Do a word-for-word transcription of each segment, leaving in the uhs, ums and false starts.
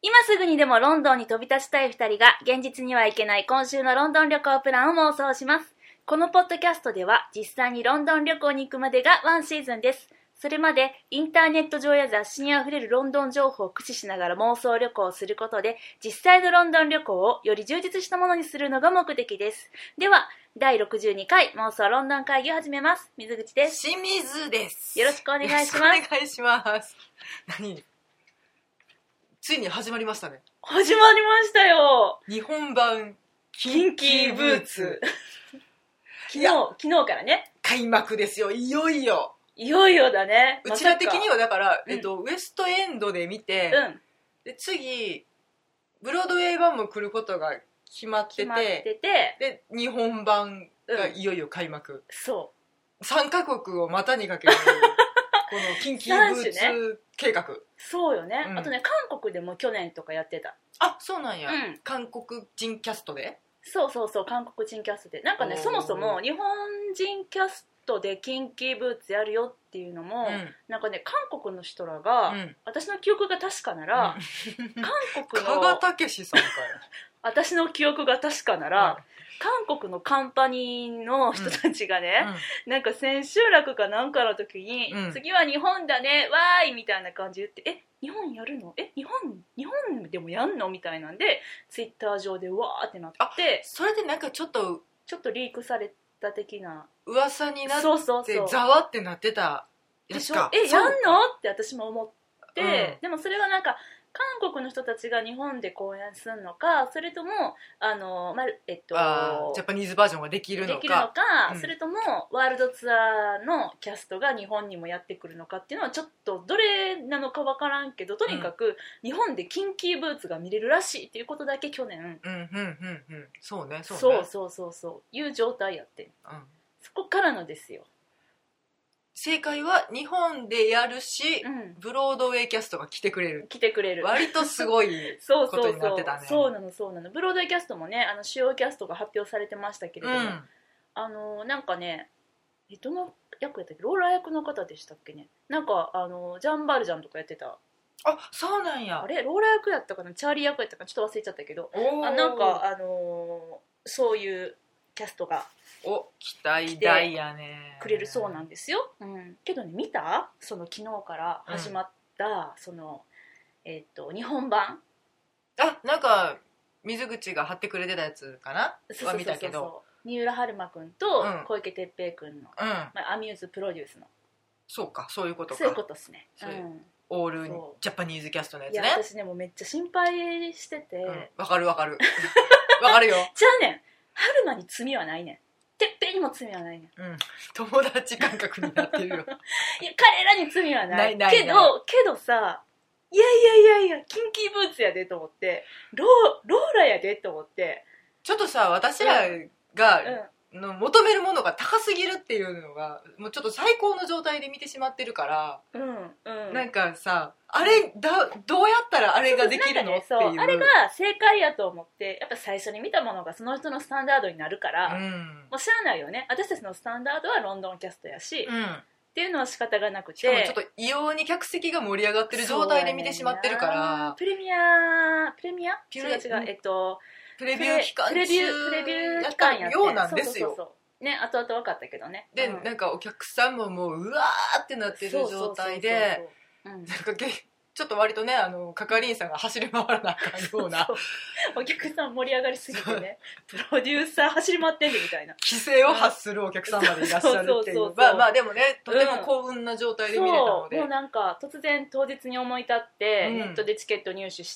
今すぐにでもロンドンに飛び立ちたいふたりが現実には行けない今週のロンドン旅行プランを妄想します。このポッドキャストでは実際にロンドン旅行に行くまでがワンシーズンです。それまでインターネット上や雑誌にあふれるロンドン情報を駆使しながら妄想旅行をすることで実際のロンドン旅行をより充実したものにするのが目的です。ではだいろくじゅうにかい妄想ロンドン会議を始めます。水口です。 清水です。 よろしくお願いします。 よろしくお願いします。何ついに始まりましたね。 始まりましたよ。 日本版キンキーブーツ昨日昨日からね開幕ですよ。いよいよいよいよだね。 うちら的にはだから、 うんえっと、ウエストエンドで見て、 うん、 で次ブロードウェイ版も来ることが決まってて、 決まっててで日本版がいよいよ開幕、うん、 そうさんカ国を股にかけるこのキンキーブーツ計画、ね、 そうよね、 うん、 あとね韓国でも去年とかやってた。 あ、そうなんや、 うん、 韓国人キャストで。 そうそうそう、韓国人キャストでなんかね、そもそも日本人キャストでキンキーブーツやるよっていうのも、うん、なんかね韓国の人らが、うん、私の記憶が確かなら、うん、韓国の加賀武史さんかよ私の記憶が確かなら、うん、韓国のカンパニーの人たちがね、うん、なんか千秋楽かなんかの時に、うん、次は日本だねわーいみたいな感じで言って、え日本やるの、え日本日本でもやんのみたいなんでツイッター上でわーってなって、あそれでなんかちょっとちょっとリークされた的な噂になって、 そうそうそうざわってなってたでしょ。えやんのって私も思って、うん、でもそれはなんか韓国の人たちが日本で公演するのか、それともあの、まえっと、 ジャパニーズバージョンができるのか、 できるのか、うん、それともワールドツアーのキャストが日本にもやってくるのかっていうのはちょっとどれなのか分からんけど、とにかく日本でキンキーブーツが見れるらしいっていうことだけ去年、 うんうんうんうん、そうねそうね、 そうそうそうそういう状態やって、うん、そこからのですよ。 正解は日本でやるし、うん、ブロードウェイキャストが来てくれる来てくれる割とすごいことになってたね。 そうそうそうそうなのそうなの。ブロードウェイキャストもね、あの主要キャストが発表されてましたけれども、うん、あのなんかね、どの役やったっけ、ローラー役の方でしたっけね、なんかあのジャン・バルジャンとかやってた。 あ、そうなんや。 あれローラー役やったかな、チャーリー役やったかちょっと忘れちゃったけど、あなんかあのそういうキャストがお期待大やねくれるそうなんですよ、うん、けどね見たその昨日から始まった、うん、そのえっと日本版、 あなんか水口が貼ってくれてたやつかなは見たけど、 三浦春馬くんと小池徹平くんの、うんまあ、アミューズプロデュースの、 そうかそういうことか、 そういうことですね、 うん、オールジャパニーズキャストのやつね。 いや私ねもうめっちゃ心配してて、わ、 うん、かるわかるわかるよじゃあね春馬に罪はないねん、てっぺんにも罪はないね、 うん、友達感覚になってるよいや彼らに罪はない、 ないないないけどけどさ、いやいやいやいやキンキーブーツやでと思って、ロー、ローラやでと思って、 ちょっとさ私らが、うん、の求めるものが高すぎるっていうのがもうちょっと最高の状態で見てしまってるから、うんうん、なんかさあれだどうやったらあれができるの、ね、っていう、 あれが正解やと思って、やっぱ最初に見たものがその人のスタンダードになるから、うん、もう知らないよね、私たちのスタンダードはロンドンキャストやし、うん、っていうのは仕方がなくて、 しかもちょっと異様に客席が盛り上がってる状態で見てしまってるから、 プレミアプレミア違う違う、えっとプレビュー期間中プレビュープレビュー期間やってようなんですよ。 そうそうそうね、後々分かったけどね。 で、うん、なんかお客さんももううわーってなってる状態で、なんかちょっと割とねあの係員さんが走り回らなあかんようなそうそうお客さん盛り上がりすぎてねプロデューサー走り回ってんでみたいな規制を発するお客さんまでいらっしゃるっていうまあまあでもねとても幸運な状態で見れたので、 うん、そうもうなんか突然当日に思い立って、うん、ネットでチケット入手して、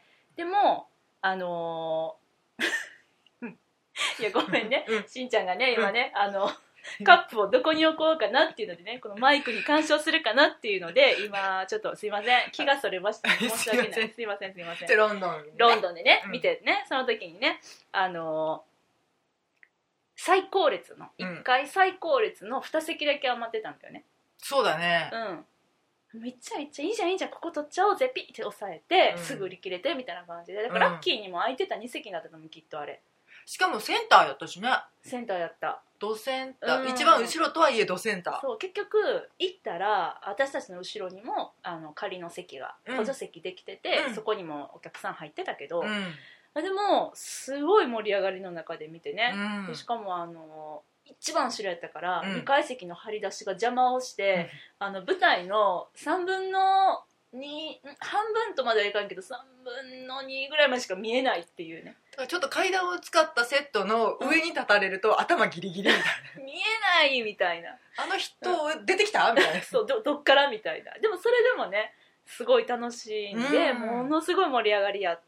でもあのー、いやごめんね、うん、しんちゃんがね今ね、うん、あのカップをどこに置こうかなっていうのでね、このマイクに干渉するかなっていうので今ちょっとすいません気がそれました、申し訳ないすいませんすいませんロンドン、ね、 ロンドンでね、うん、見てね、その時にねあのー、最高列のいっかい最高列のに席だけ余ってたんだよね、 そうだね、 うん、めっちゃいっちゃいいじゃんいいじゃんここ取っちゃおうぜピッて押さえて、うん、すぐ売り切れてみたいな感じで、だからラッキーにも空いてたに席になったのもきっとあれ、 しかもセンターやったしね。 センターやった。 ドセンター、うん、一番後ろとはいえドセンター。 そう、結局行ったら私たちの後ろにもあの仮の席が補助席できてて、うん、そこにもお客さん入ってたけど、うん、でもすごい盛り上がりの中で見てね、うん、しかもあの一番後ろやったから、うん、にかい席の張り出しが邪魔をして、うん、あの舞台のさんぶんのに半分とまではいかんけどさんぶんのにぐらいまでしか見えないっていうね。 ちょっと階段を使ったセットの上に立たれると、うん、頭ギリギリみたいな見えないみたいな、 あの人出てきたみたいなそう ど, どっからみたいな。でもそれでもねすごい楽しんで、うん、ものすごい盛り上がりやって、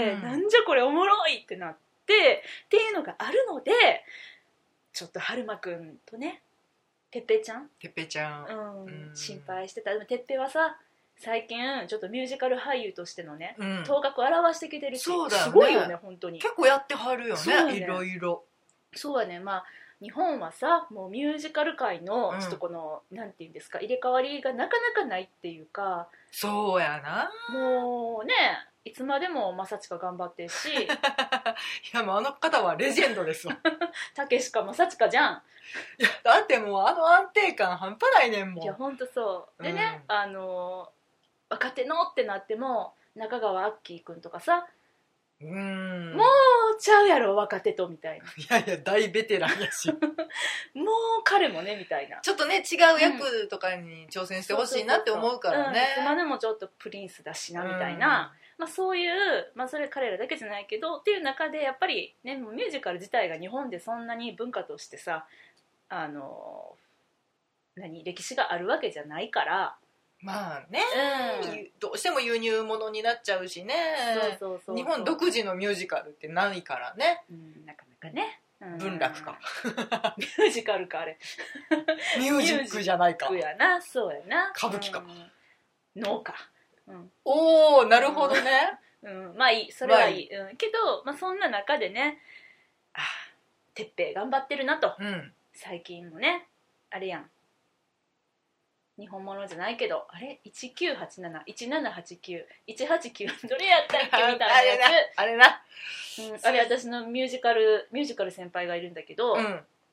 うん、なんじゃこれおもろいってなってっていうのがあるので、ちょっと春馬くんとねてっぺいちゃんてっぺいちゃん、 うんうん、心配してた。でもてっぺいはさ最近ちょっとミュージカル俳優としてのね、うん、頭角を現してきてるし、そうだよね、すごいよね本当に。 結構やってはるよ ね, ねいろいろ。 そうやね。まあ日本はさもうミュージカル界のちょっとこの、うん、なんていうんですか入れ替わりがなかなかないっていうか。 そうやな。 もうねいつまでも正親頑張ってるしいやもうあの方はレジェンドですわ竹しか正親じゃん。 いやだってもうあの安定感半端ないねんもん。 いやほんとそうでね、うん、あの若手のってなっても中川アッキーくんとかさ、うーんもうちゃうやろ若手とみたいな。 いやいや大ベテランやしもう彼もねみたいな。 ちょっとね違う役とかに挑戦してほしいなって思うからね。 いつまでもちょっとプリンスだしなみたいな、まあ、そういう、まあ、それ彼らだけじゃないけどっていう中でやっぱりねミュージカル自体が日本でそんなに文化としてさあの何歴史があるわけじゃないからまあね、うん、どうしても輸入物になっちゃうしね。そうそうそうそう日本独自のミュージカルってないからね、 うん、なかなかね、うん、 文楽かミュージカルかあれミュージックじゃないか。 ミュージックやな。そうやな。 歌舞伎か、 うん、能か、うん、 おーなるほどね、 うんうん、まあいいそれはいい、うん、けど、まあ、そんな中でねあてっぺい頑張ってるなと、うん、最近もねあれやん日本物じゃないけどあれいちきゅうはちなな、いちななはちきゅう、いちはちきゅうどれやったっけみたいなやつあれな、 うん、あれ私のミュージカルミュージカル先輩がいるんだけど、うん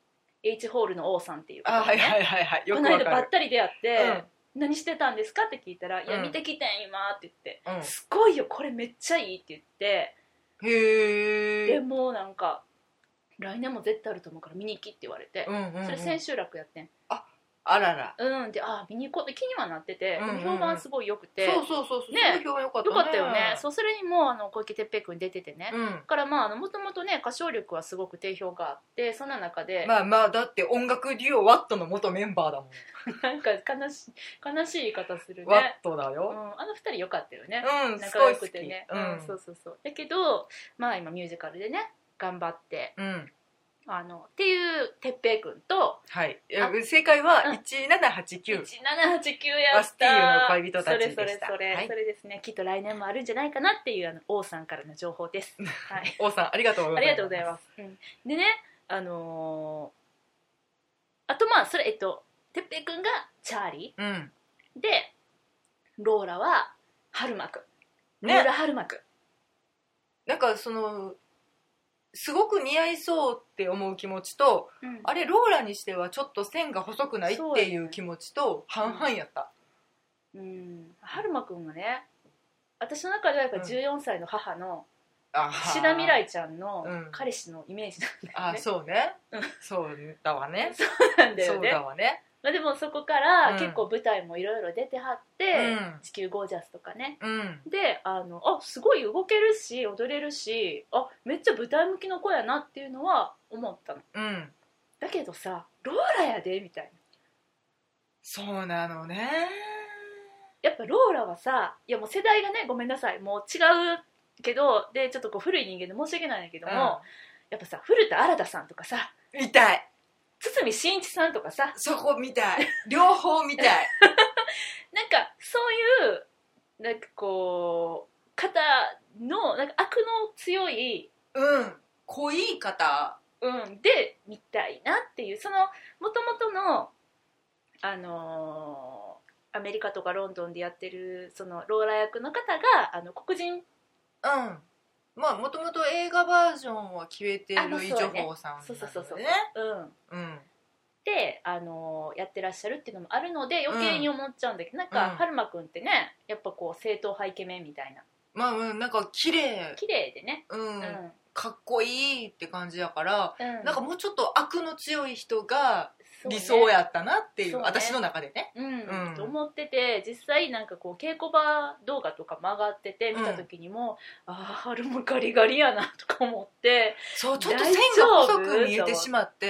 、H ホールの王さんっていう方がね、あ、はいはいはいはい、よくわかる。この間ばったり出会って、うん、何してたんですかって聞いたら、うん、いや見てきてん今って言って、うん、すごいよこれめっちゃいいって言って、へえ。でもうなんか来年も絶対あると思うから見に行きって言われて、うんうんうん、それ千秋楽やってん。 ああらら、 うん、であ見に行こうって気にはなってて、うんうん、でも評判すごい良くて、 そうそうそうそう、ね、すごい評判良かったね。 良かったよね。そうそれにもあの小池徹平君出ててね、うん、だからまあもともとね歌唱力はすごく定評があって、そんな中でまあまあだって音楽デュオワットの元メンバーだもんなんか悲しい悲しい言い方するね。 ワットだよ、 うん、あの二人良かったよね、 うん、 仲良くてね、うん、うん、そうそうそう。だけどまあ今ミュージカルでね頑張って、うんあのっていうてっぺいくんと、 はい、正解はいちななはちきゅう、 いちななはちきゅうやった。 バスティーユの恋人たちでした。 それそれそれ、はい、それですね。きっと来年もあるんじゃないかなっていうあの王さんからの情報です、はい、 王さんありがとうございます。 ありがとうございます、うん、でねあのー、あとまあそれえっとてっぺいくんがチャーリー、うん、でローラは春馬くん、ね、ローラ春馬くんなんかそのすごく似合いそうって思う気持ちと、うん、あれローラにしてはちょっと線が細くないっていう気持ちと半々やった。 うん、うん、春馬くんがね私の中ではやっぱじゅうよんさいの母の志田未来ちゃんの彼氏のイメージなんだよね、 うん、あそうね、うん、そうだわねそうなんだよね。 そうだわね。 まあ、でもそこから結構舞台もいろいろ出てはって、うん、地球ゴージャスとかね、うん、であのあすごい動けるし踊れるしあめっちゃ舞台向きの子やなっていうのは思ったの、うん、だけどさローラやでみたいな。 そうなのね。 やっぱローラはさいやもう世代がねごめんなさいもう違うけどでちょっとこう古い人間で申し訳ないんだけども、うん、やっぱさ古田新太さんとかさ見たい、 堤真一さんとかさそこ見たい両方見たいなんかそういうなんかこう方のなんか悪の強いうん濃い方、 うん、で見たいなっていうその元々のあのー、アメリカとかロンドンでやってるそのローラ役の方があの黒人うんまあもともと映画バージョンは決めてるイ・ジョホさんなのでね。 そうそうそうそう。うん。うん。で、あのー、やってらっしゃるっていうのもあるので余計に思っちゃうんだけど、うん、なんか、うん、春馬くんってねやっぱこう正統派イケメンみたいな、 まあ、うん、なんか綺麗綺麗でね、 うん、うん、かっこいいって感じやから、 うん、 なんかもうちょっと悪の強い人が理想やったなっていう、 そうね、 私の中でね、 うんうん、と思ってて、実際なんかこう稽古場動画とかも上がってて見た時にも、うん、ああ春もガリガリやなとか思って、 そうちょっと線が細く見えてしまって、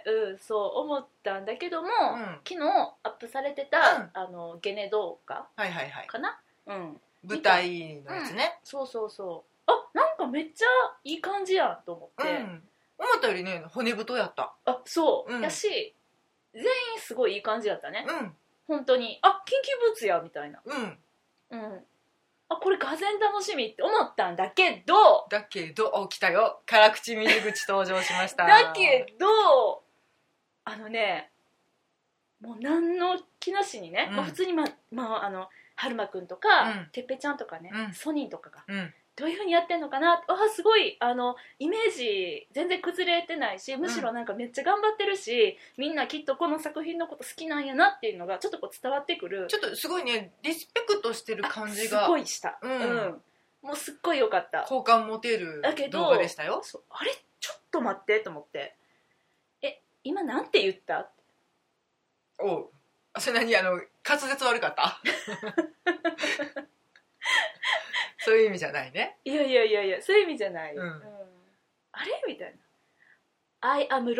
うん、そう思ったんだけども、うん、昨日アップされてた、うん、あのゲネ動画かな、 はいはいはい、 うん、 舞台のやつね、 うん、そうそうそう、あなんかめっちゃいい感じやんと思って、うん、 思ったよりね骨太やった。 あそう、うん、やし全員すごいいい感じだったね、うん、本当にあキンキブーツやみたいな、うん、うん、あこれがぜん楽しみって思ったんだけどだけどお来たよ辛口水口登場しましただけどあのねもう何の気なしにね、うんまあ、普通にま、まあ、あの春馬くんとか、うん、てっぺちゃんとかね、うん、ソニーとかが、うんどういう風にやってんのかな、あすごいあのイメージ全然崩れてないしむしろなんかめっちゃ頑張ってるし、うん、みんなきっとこの作品のこと好きなんやなっていうのがちょっとこう伝わってくる、 ちょっとすごいねリスペクトしてる感じがすごいした、うんうん、もうすっごい良かった、 好感持てる動画でしたよ。 そうあれちょっと待ってと思って、え今なんて言った、 おうそれ何あの滑舌悪かったそういう意味じゃないね。 いやいやいやいやそういう意味じゃない、うんうん、あれみたいな I am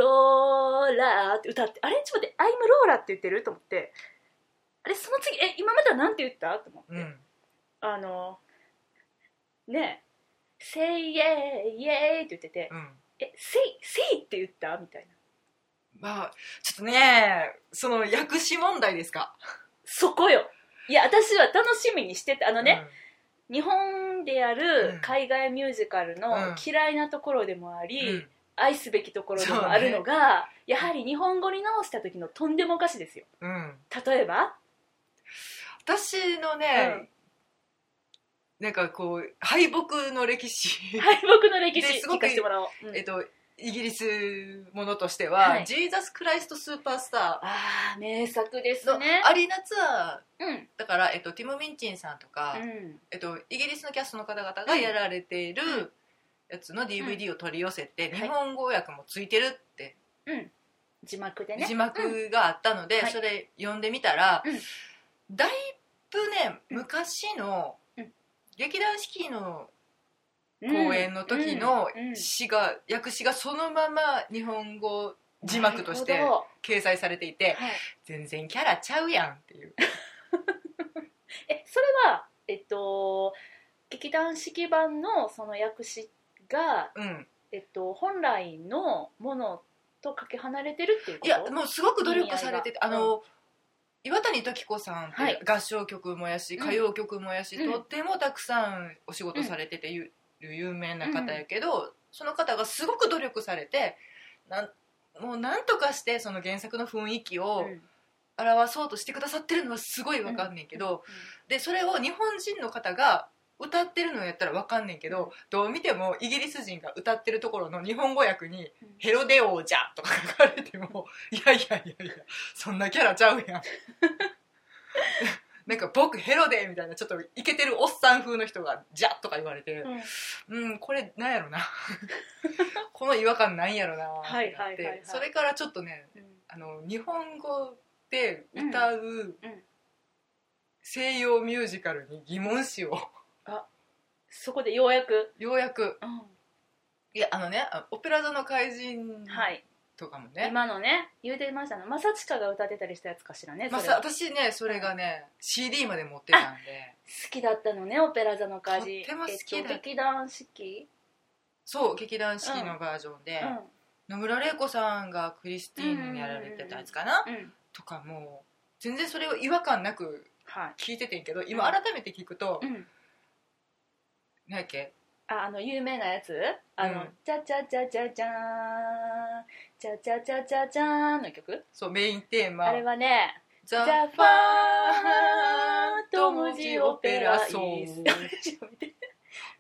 Lola って歌って、あれちょっと待って I'm Lola って言ってると思って、あれその次え今まではなんて言ったと思って、うん、あのねえ Say yeah yeah って言ってて、うん、え Say Say って言ったみたいな、まあちょっとねその訳詞問題ですかそこよ。いや私は楽しみにしててあのね、うん日本である海外ミュージカルの嫌いなところでもあり、うん、愛すべきところでもあるのが、ね、やはり日本語に直した時のとんでもおかしですよ、うん、例えば私のね、うん、なんかこう敗北の歴史敗北の歴史聞かせてもらおう、 うん、えっとイギリスものとしては、はい、ジーザス・クライスト・スーパースター、 あー名作ですね、 アリーナツアー、うん、だから、えっと、ティム・ミンチンさんとか、うんえっと、イギリスのキャストの方々がやられているやつの ディーブイディー を取り寄せて、うん、日本語訳もついてるって、 はい、字幕でね字幕があったので、うん、それ読んでみたら、はい、だいぶね昔の劇団四季の公演の時の詩が、うん、訳詞がそのまま日本語字幕として掲載されていて、はい、全然キャラちゃうやんっていうえそれはえっと劇団四季版のその訳詞が、うんえっと、本来のものとかけ離れてるっていうこと？ いやもうすごく努力されててあの、うん、岩谷時子さんって合唱曲もやし、はい、歌謡曲もやし、うん、とってもたくさんお仕事されてて、うん有名な方やけど、うん、その方がすごく努力されてなんもうなんとかしてその原作の雰囲気を表そうとしてくださってるのはすごい分かんねんけど、うんうん、でそれを日本人の方が歌ってるのやったら分かんねんけど、うん、どう見てもイギリス人が歌ってるところの日本語訳に「ヘロデオーじゃ」とか書かれてもいやいやいやいやそんなキャラちゃうやんなんか僕ヘロデみたいなちょっとイケてるおっさん風の人がジャッとか言われて、うん、うんこれなんやろなこの違和感なんやろなって、はいはいはいはい、それからちょっとね、うん、あの日本語で歌う、うんうん、西洋ミュージカルに疑問視をあそこでようやくようやく、うん、いやあのねオペラ座の怪人、はいとかもね、 今のね言うてましたの正親が歌ってたりしたやつかしらね、 まあ、私ねそれがね、うん、シーディー まで持ってたんで好きだったのねオペラ座の怪人、 とっても好きだ、 えっと、劇団四季そう劇団四季のバージョンで、うん、野村玲子さんがクリスティーヌにやられてたやつかな、うんうんうん、とかもう全然それを違和感なく聞いててんけど、はい、今改めて聞くと、うん、何やっけあ, あの有名なやつあの、うん、チャチャチャチャチャーンチャチャチャチャチャーンの曲そうメインテーマあれはねザ・ファートムジオペラソー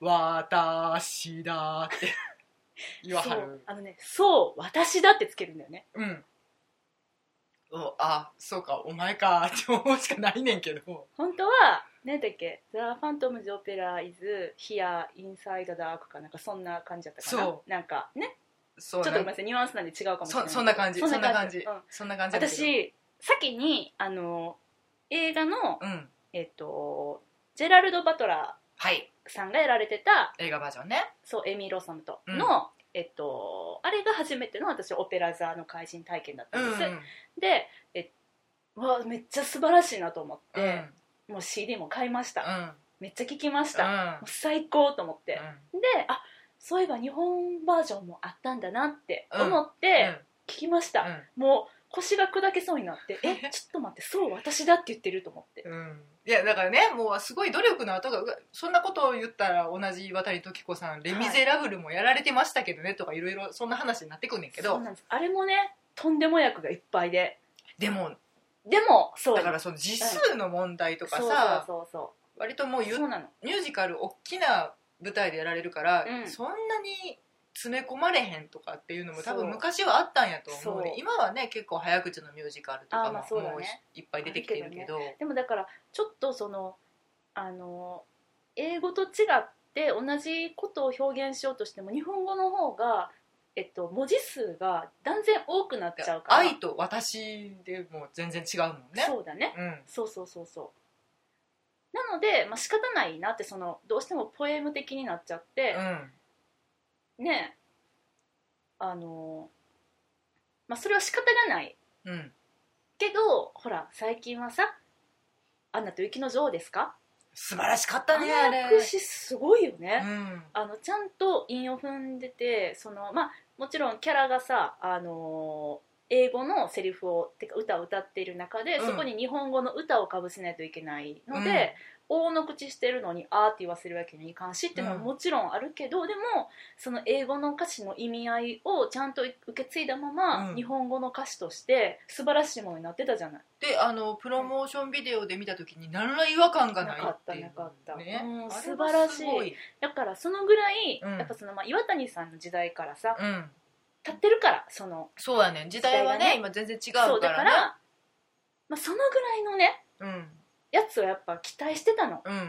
私だって言わはる。 あのね、そう私だってつけるんだよね。 うん。おあそうかお前かって思うしかないねんけど、 本当は何だっけ The Phantom of the Opera is here inside the dark かなんかそんな感じだったかな。そうなんかね、そうちょっとごめんなさいニュアンスなんで違うかもしれない。 そ, そんな感じそんな感じ、うん、 そんな感じ。私先にあの映画の、うん、えっとジェラルド・バトラーさんがやられてた、 はい、映画バージョンね。 そうエミー・ロサムとの、うん、えっとあれが初めての私オペラ座の怪人体験だったんです、うん、でえわめっちゃ素晴らしいなと思って、うん、もう シーディー も買いました、うん、めっちゃ聴きました、うん、もう最高と思って、うん、であそういえば日本バージョンもあったんだなって思って聴きました、うんうん、もう腰が砕けそうになってえちょっと待ってそう私だって言ってると思って、 うん、いやだからねもうすごい努力の後がそんなことを言ったら同じ渡時子さんレ・ミゼラブルもやられてましたけどね、はい、とかいろいろそんな話になってくんねんけど、 そうなんです。あれもねとんでも役がいっぱいででもでもそうだからその字数の問題とかさ、うん、そうそうそうそう割ともうそうなのミュージカル大きな舞台でやられるから、うん、そんなに詰め込まれへんとかっていうのも多分昔はあったんやと思うね。今はね結構早口のミュージカルとかも、まあそうだね、もういっぱい出てきてるけど、ね、 でもだからちょっとそのあの英語と違って同じことを表現しようとしても日本語の方がえっと、文字数が断然多くなっちゃうから愛と私でも全然違うもんね。 そうだね、うん、そうそうそうそうなので、まあ、仕方ないなってそのどうしてもポエム的になっちゃって、うん、ねあのまあそれは仕方がない、うん、けどほら最近はさアナと雪の女王ですか素晴らしかったねあれ。 あの訳詞すごいよね、うん、あのちゃんと韻を踏んでてその、まあ、もちろんキャラがさ、あのー、英語のセリフをてか歌を歌っている中で、うん、そこに日本語の歌をかぶせないといけないので、うん、大の口してるのにあーって言わせるわけにいかんしっていうのはもちろんあるけど、うん、でもその英語の歌詞の意味合いをちゃんと受け継いだまま、うん、日本語の歌詞として素晴らしいものになってたじゃない。 であのプロモーションビデオで見た時に何ら違和感がないっていう、 なかったなかった、ね、うん、素晴らしい。だからそのぐらい、うん、やっぱその、まあ、岩谷さんの時代からさ、うん、立ってるからそのそうやね時代は ね, ね今全然違うからね。そうだから、 まあ、そのぐらいのね、うん、やつをやっぱ期待してたの、うん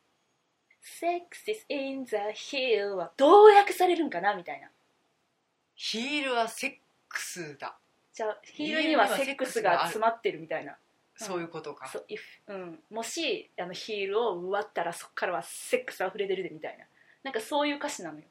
、Sex is in the heel はどう訳されるんかなみたいな。 ヒールはセックスだ。 じゃあヒールにはセックスが詰まってるみたいな。 そういうことか。 そう、if うん、もしあのヒールを割ったらそっからはセックスあふれ出るでみたいな、なんかそういう歌詞なのよ。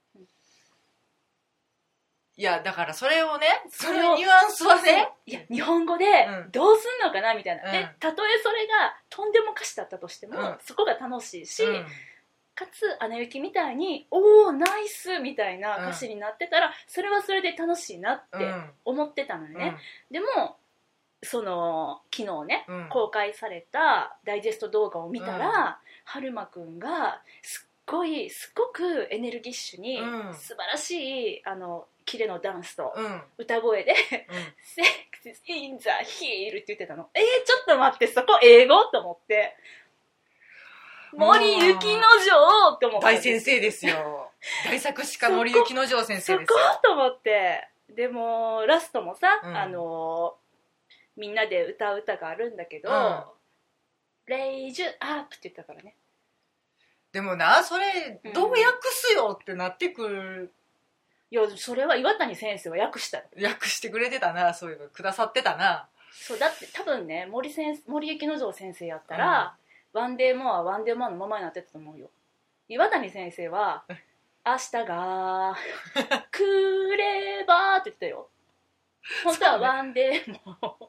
いやだからそれをねそれをニュアンスはねいや日本語でどうすんのかなみたいな、うん、でたとえそれがとんでも歌詞だったとしても、うん、そこが楽しいし、うん、かつ「アナ雪」みたいに「おーナイス」みたいな歌詞になってたら、それはそれで楽しいなって思ってたのよね、でもその昨日ね、公開されたダイジェスト動画を見たら、春馬くんがすっごいすっごくエネルギッシュに、素晴らしいあのキレのダンスと歌声で、うん、Sex is in the heel って言ってたの。えー、ちょっと待ってそこ英語と思って森雪之丞と思って。 大先生ですよ。大作詞家森雪之丞先生ですよ。 そこと思って。でもラストもさ、うん、あのみんなで歌う歌があるんだけど、うん、レイジュアップって言ったからね。 でもなそれどう訳すよってなってくる。 いやそれは岩谷先生は訳したよ。 訳してくれてたな、そういうのくださってたな。 そうだって多分ね 森, 先森雪之丞先生やったら、うん、ワンデーモアワンデーモアのままになってたと思うよ。岩谷先生は明日がくればって言ってたよ。本当はワンデーモア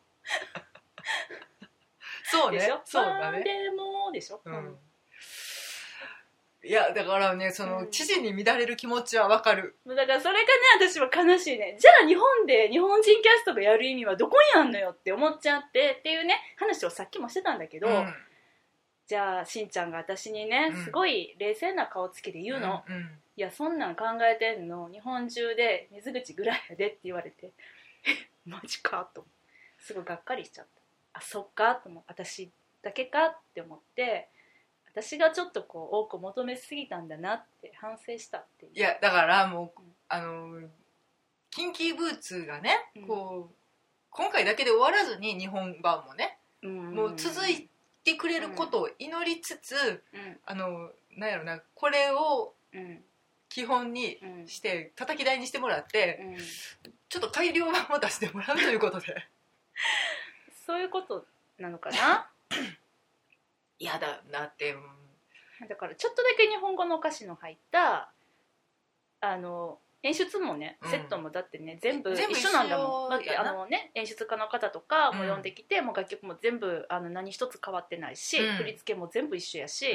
そうねでしょ、 そうだね、 ワンデーモアでしょ、うん、 いやだからねその知事に乱れる気持ちはわかる、 うん、だからそれがね私は悲しいね。じゃあ日本で日本人キャストがやる意味はどこにあんのよって思っちゃってっていうね話をさっきもしてたんだけど、うん、じゃあしんちゃんが私にね、うん、すごい冷静な顔つきで言うの、うんうん、いやそんなん考えてんの日本中で水口ぐらいやでって言われてマジかとすごいがっかりしちゃった。あそっかと思う、私だけかって思って私がちょっとこう多く求めすぎたんだなって反省したっていう。 いやだからもう、うん、あのキンキーブーツがね、うん、こう今回だけで終わらずに日本版もね、うん、もう続いてくれることを祈りつつ、うん、あのなんやろな、これを基本にして叩き台にしてもらって、うん、ちょっと改良版を出してもらうということでそういうことなのかな。 いやだだって、 うん、だからちょっとだけ日本語の歌詞の入ったあの演出もね、セットもだってね、うん、全部一緒なんだもん。だってあのね、演出家の方とかも呼んできて、うん、もう楽曲も全部あの何一つ変わってないし、うん、振り付けも全部一緒やし、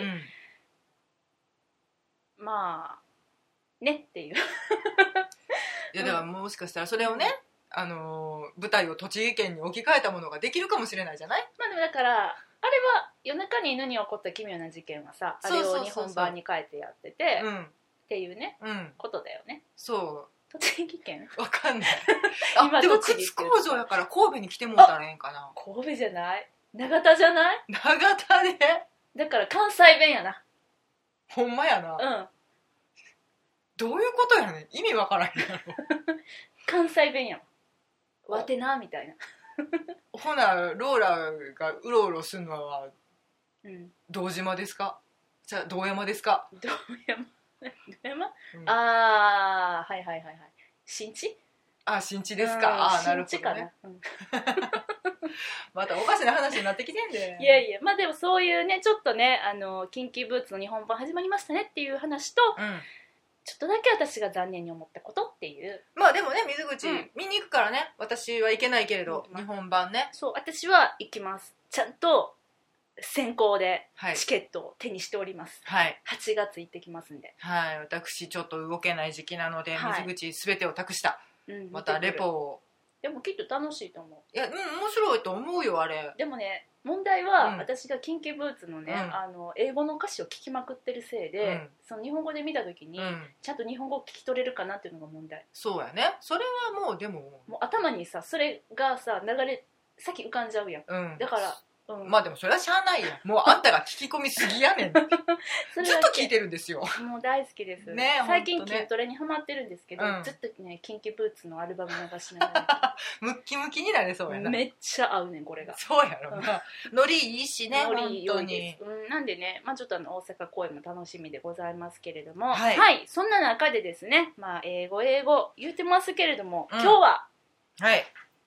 うん、まあねっていう。 いやだからもしかしたらそれをね、あの舞台を栃木県に置き換えたものができるかもしれないじゃない。 まあでもだからあれは夜中に犬に起こった奇妙な事件はさ、あれを日本版に変えてやってて、うん、っていうね、うん、ことだよね。 そう栃木県わかんない。今でも靴工場やから神戸に来てもらったらええんかな。 神戸じゃない、長田じゃない、 長田で。だから関西弁やな。 ほんまやな。うん。どういうことやねん、意味わからへんやろ。 関西弁やわ。わてなみたいな。 ほなローラがうろうろするのは、うん、堂島ですか、じゃあ堂山ですか。 堂山堂山、うん、ああはいはいはいはい、新地、 あ新地ですか、うん、あなるほどね、うん、またおかしな話になってきてんで。 いやいや、まあでもそういうね、ちょっとね、あのキンキーブーツの日本版始まりましたねっていう話と、うん、ちょっとだけ私が残念に思ったことっていう。 まあでもね、水口、うん、見に行くからね。私は行けないけれど、うん、日本版ね。 そう、私は行きます。ちゃんと先行でチケットを手にしております。はい。はちがつ行ってきますんで。 はい。私ちょっと動けない時期なので、はい、水口すべてを託した。うん、またレポを。 でもきっと楽しいと思う。 いや、うん、面白いと思うよあれ。 でもね、問題は、うん、私がキンキーブーツのね、うん、あの英語の歌詞を聞きまくってるせいで、うん、その日本語で見た時に、うん、ちゃんと日本語を聞き取れるかなっていうのが問題。 そうやね。それはもうでももう頭にさ、それがさ流れ先浮かんじゃうやん、うん、だからうん、 まあでもそれはしゃあないやん。もうあんたが聞き込みすぎやねん。ずっと聞いてるんですよ。 もう大好きです、ね、最近筋トレにハマってるんですけど、うん、ずっとねキンキーブーツのアルバム流しながらムッキムキになれそうやな。 めっちゃ合うねんこれが。 そうやろな。ノリいいしね。ノリ良いです、うん、なんでね、まあ、ちょっとあの大阪公演も楽しみでございますけれども、はい、はい、そんな中でですね、まあ、英語英語言ってますけれども、うん、今日ははい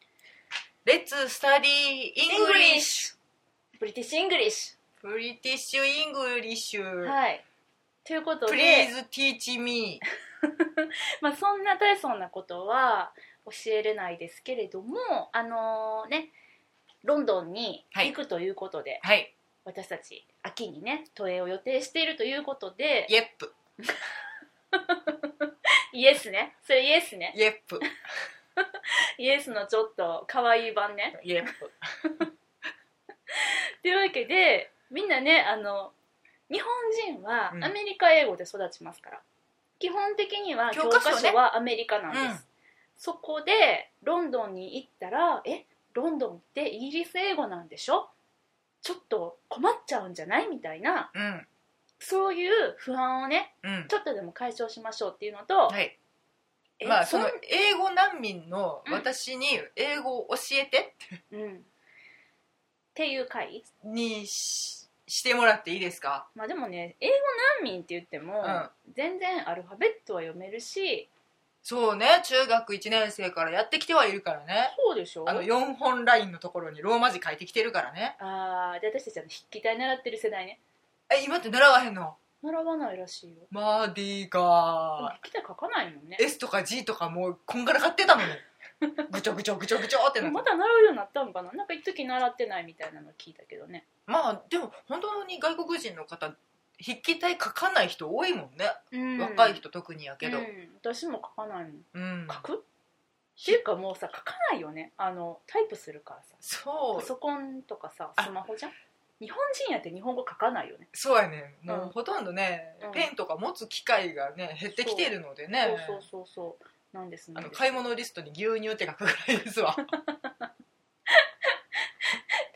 Let's study English。 ブリティッシュ・イングリッシュ。ブリティッシュ・イングリッシュ。 はい。ということで。 Please teach me 。 まあそんな大層なことは教えれないですけれども、あのー、ね、ロンドンに行くということで、はい、私たち秋にね、渡英を予定しているということで、 イエップ。 イエスね。それイエスね。 イエップ。 イエスのちょっと可愛い版ね。 イエップ。 というわけでみんなね、あの日本人はアメリカ英語で育ちますから、うん、基本的には教科書はアメリカなんです、ね、うん、そこでロンドンに行ったら、えロンドンってイギリス英語なんでしょ、ちょっと困っちゃうんじゃないみたいな、うん、そういう不安をね、うん、ちょっとでも解消しましょうっていうのと、はい、 まあその英語難民の私に英語を教えて、うん、 っていう回に し, してもらっていいですか。 まあでもね、英語難民って言っても、うん、全然アルファベットは読めるし、 そうね、中学いちねん生からやってきてはいるからね。 そうでしょ。 あのよんほんラインのところにローマ字書いてきてるからね。 ああ、で私たちは筆記体習ってる世代ね。 え、今って習わへんの？ 習わないらしいよ。 マーディーかー。筆記体書かないもんね。 S とか G とかもうこんがら買ってたのにぐちょぐちょぐちょぐちょってなって。 また習うようになったんかな。なんか一時習ってないみたいなの聞いたけどね。 まあでも本当に外国人の方筆記体書かない人多いもんね、うん、若い人特にやけど、うん、 私も書かないもん、うん、書くっていうかもうさ、書かないよね、あのタイプするからさ。そう、パソコンとかさスマホじゃん。日本人やって日本語書かないよね。 そうやね、もうほとんどね、うん、ペンとか持つ機会がね減ってきてるのでね。 そうそうそうそうなんですね。 あの買い物リストに牛乳って書くぐらいですわっ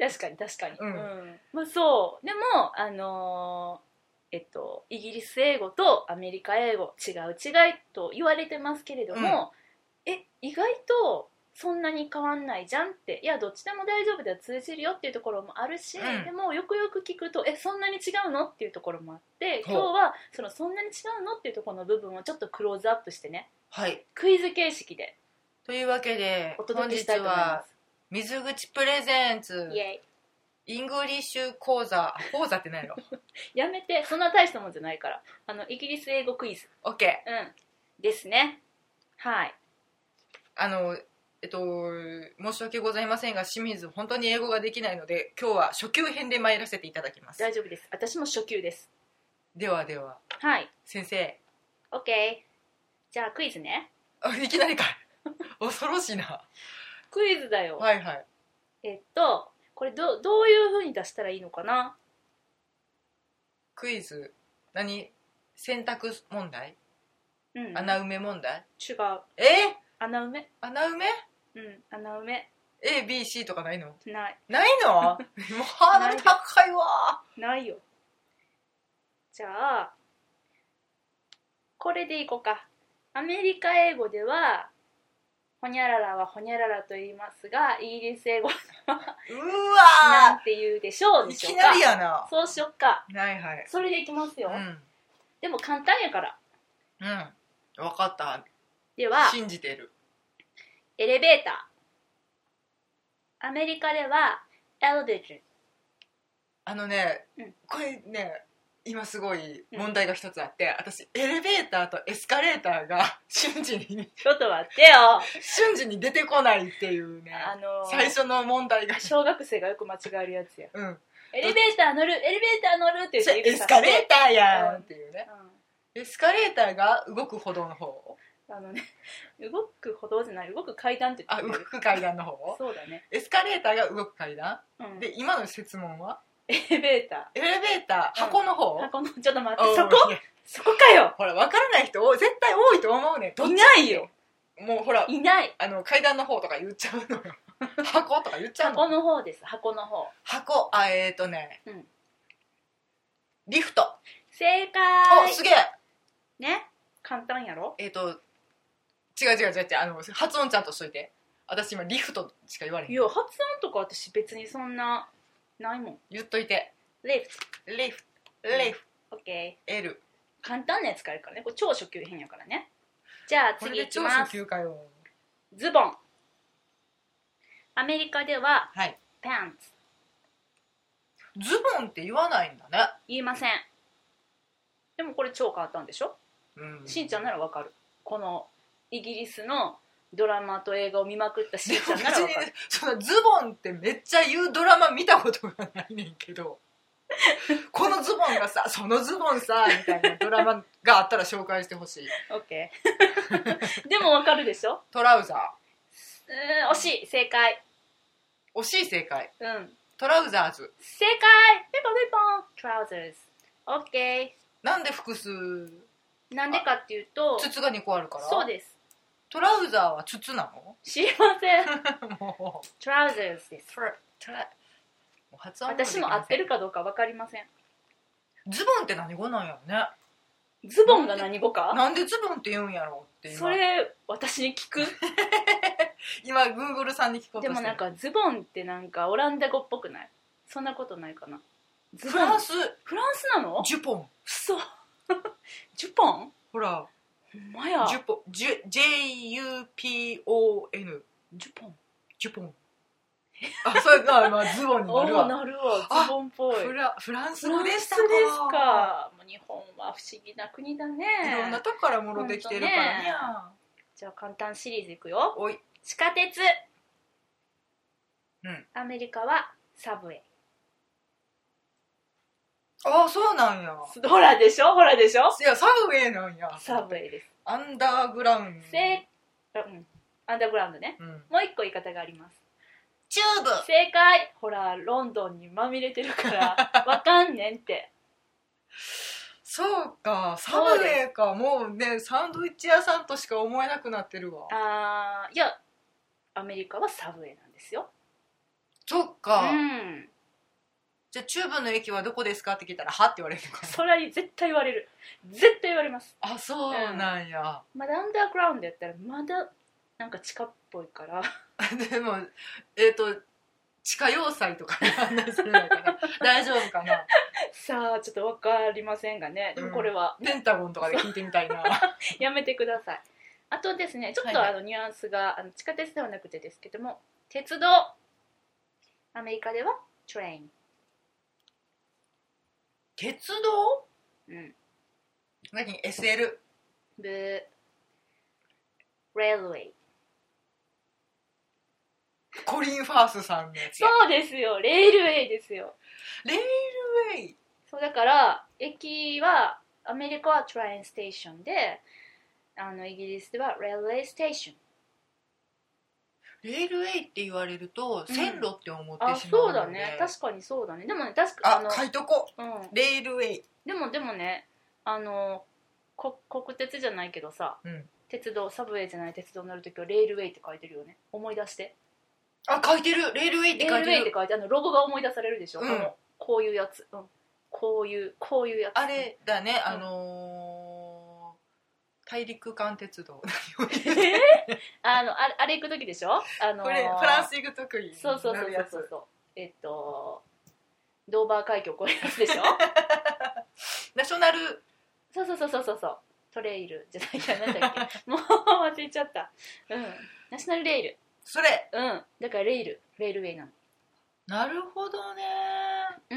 確かに確かに、 うんうんまあ、そうでもあのー、えっとイギリス英語とアメリカ英語違う違いと言われてますけれども、うん、え意外とそんなに変わんないじゃんって、いやどっちでも大丈夫で通じるよっていうところもあるし、うん、でもよくよく聞くとえそんなに違うのっていうところもあって、今日はそのそんなに違うのっていうところの部分をちょっとクローズアップしてね、 はい、 クイズ形式でというわけでお届けしたいと思います。 水口プレゼンツイエイイングリッシュ講座講座って何やろやめて、そんな大したもんじゃないから、あのイギリス英語クイズ OK、うん、 ですね。はい、 あのえっと申し訳ございませんが清水本当に英語ができないので今日は初級編で参らせていただきます。 大丈夫です、私も初級です。 ではでは、 はい、 先生 OK、 じゃあクイズね。 あいきなりか恐ろしいな。 クイズだよ。 はいはい。 えっとこれ ど, どういう風に出したらいいのかな。 クイズ何選択問題、 うん、 穴埋め問題。 違う。 え穴埋め穴埋めうん穴埋めエービーシー とかないの。 ないないのもうハードル高いわ。 ないよ。じゃあこれでいこうか。アメリカ英語ではほにゃららはほにゃららと言いますが、イギリス英語はうわなんて言うでしょうでしょうか。 いきなりやな。 そうしよっか。 はいはい。 それでいきますよ、 うん、 でも簡単やから。 うん分かった。 では信じてる。 エレベーター、アメリカではエレベーター。 あのね、うん、これね今すごい問題が一つあって、うん、私エレベーターとエスカレーターが瞬時にちょっと待ってよ瞬時に出てこないっていうね、 あのー、 最初の問題が小学生がよく間違えるやつや、 うん、 エレベーター乗るエレベーター乗るって言って指エスカレーターやんっていうね、うん、エスカレーターが動く歩道の方。 あのね、動く歩道じゃない、動く階段って言ってる。 あ、動く階段の方そうだね。 エスカレーターが動く階段、うん、で今の質問はエレベーターエレベーター、箱の方、 うん、箱の、ちょっと待って、そこそこかよ。 ほら分からない人絶対多いと思うね。 いないよ。 もうほらいない。 あの階段の方とか言っちゃうのよ箱とか言っちゃうの。 箱の方です。箱の方。 箱、あえーとね、うん、リフト。 正解。 おすげえね、簡単やろ。 えーと違う違う違う違う、あの発音ちゃんとしといて。私今リフトしか言われへん。 いや発音とか私別にそんなないもん。 言っといて。 リフトリフトリフト、 オッケー、L。 簡単なやつからからね。これ超初級編やからね。じゃあ次いきます。 これで超初級かよ。 ズボン、アメリカでは、 はい、 パンツ。 ズボンって言わないんだね。 言いません。でもこれ超簡単でしょ、うん、しんちゃんならわかる。このイギリスのドラマと映画を見まくったしんちゃんならわかる。 そのズボンってめっちゃ言うドラマ見たことがないねんけどこのズボンがさ、そのズボンさみたいなドラマがあったら紹介してほしい。 オッケーでもわかるでしょ。 トラウザー。 うーん、惜しい。正解。 惜しい。正解。 うん、 トラウザーズ。 正解。ピンポンピンポン。トラウザーズ。オッケー。なんで複数？ なんでかっていうと筒がにこあるから。 そうです。 トラウザーは筒なの？ 知りませんもうトラウザーズです。 トラトラもう発音も私も合ってるかどうか分かりません。 ズボンって何語なんやろね。 ズボンが何語か？ なんでズボンって言うんやろって今。 それ私に聞く今グーグルさんに聞こうとしてる。 でもなんかズボンってなんかオランダ語っぽくない？そんなことないかな。 ズボンフランス。 フランスなの？ ジュポン。 嘘ジュポン？ ほらほんまや。 ジュポン、ジュ ジェイユーピーオーエヌ。 ジュポン。 ジュポン。あ、それな、まあズボンになるわ。 おなるわ。ズボンっぽい。 フラ、フランス語でしたか。 フランスですか。もう日本は不思議な国だね。 いろんなとこからもろできてるからね。 じゃあ簡単シリーズいくよ。 おい。 地下鉄。 うん。 アメリカはサブウェイ。 ああ、そうなんや。 ほらでしょ、ほらでしょ。 いや、サブウェイなんや。 サブウェイです。 アンダーグラウンド。 せうん、アンダーグラウンドね、うん、もう一個言い方があります。 チューブ。 正解。ほらロンドンにまみれてるからわかんねんってそうか、サブウェイか。もうね、サンドイッチ屋さんとしか思えなくなってるわ。 あー、いやアメリカはサブウェイなんですよ。 そっか、 うん、 じゃあ中部の駅はどこですかって聞いたらはって言われるのかな。 それは絶対言われる、絶対言われます。 あ、そうなんや、 うん、まだアンダーグラウンドやったらまだなんか地下っぽいからでもえっ、ー、と地下要塞とかに案内するのかな大丈夫かなさあちょっと分かりませんがね、でもこれは、 うん、ペンタゴンとかで聞いてみたいなやめてください。あとですね、ちょっとあのニュアンスが、あの地下鉄ではなくてですけども、鉄道、アメリカではトレイン。 鉄道？ うん。 何？ エスエル？ ブー。レールウェイ。 コリン・ファースさんのやつ。 そうですよ、レールウェイですよ。 レールウェイ。 そうだから駅はアメリカはトレインステーションで、あのイギリスではレールウェイステーション。 レールウェイって言われると線路って思ってしまうので、うん、あ、 そうだね、確かにそうだね。でもね、確かあ、書いとこう、うん、レールウェイ。 でもでもね、あのこ国鉄じゃないけどさ、うん、鉄道、サブウェイじゃない鉄道乗るときはレールウェイって書いてるよね。思い出して。 あ、書いてる、レールウェイって書いてる。 レールウェイって書いてあのロゴが思い出されるでしょ、うん、このこういうやつ、うん、こういうこういうやつ、 あれだね、あのー、大陸間鉄道あのあれ、あれ行く時でしょ、あのー、 これフランス行く時にそうそうそうそうそう、えっとドーバー海峡越えるやつでしょナショナル、 そうそうそうそうそうトレイルじゃないか、なんだっけもう忘れちゃった、うん、ナショナルレイル、 それ、 うん、だからレイル、レールウェイなの。 なるほどね、 うん、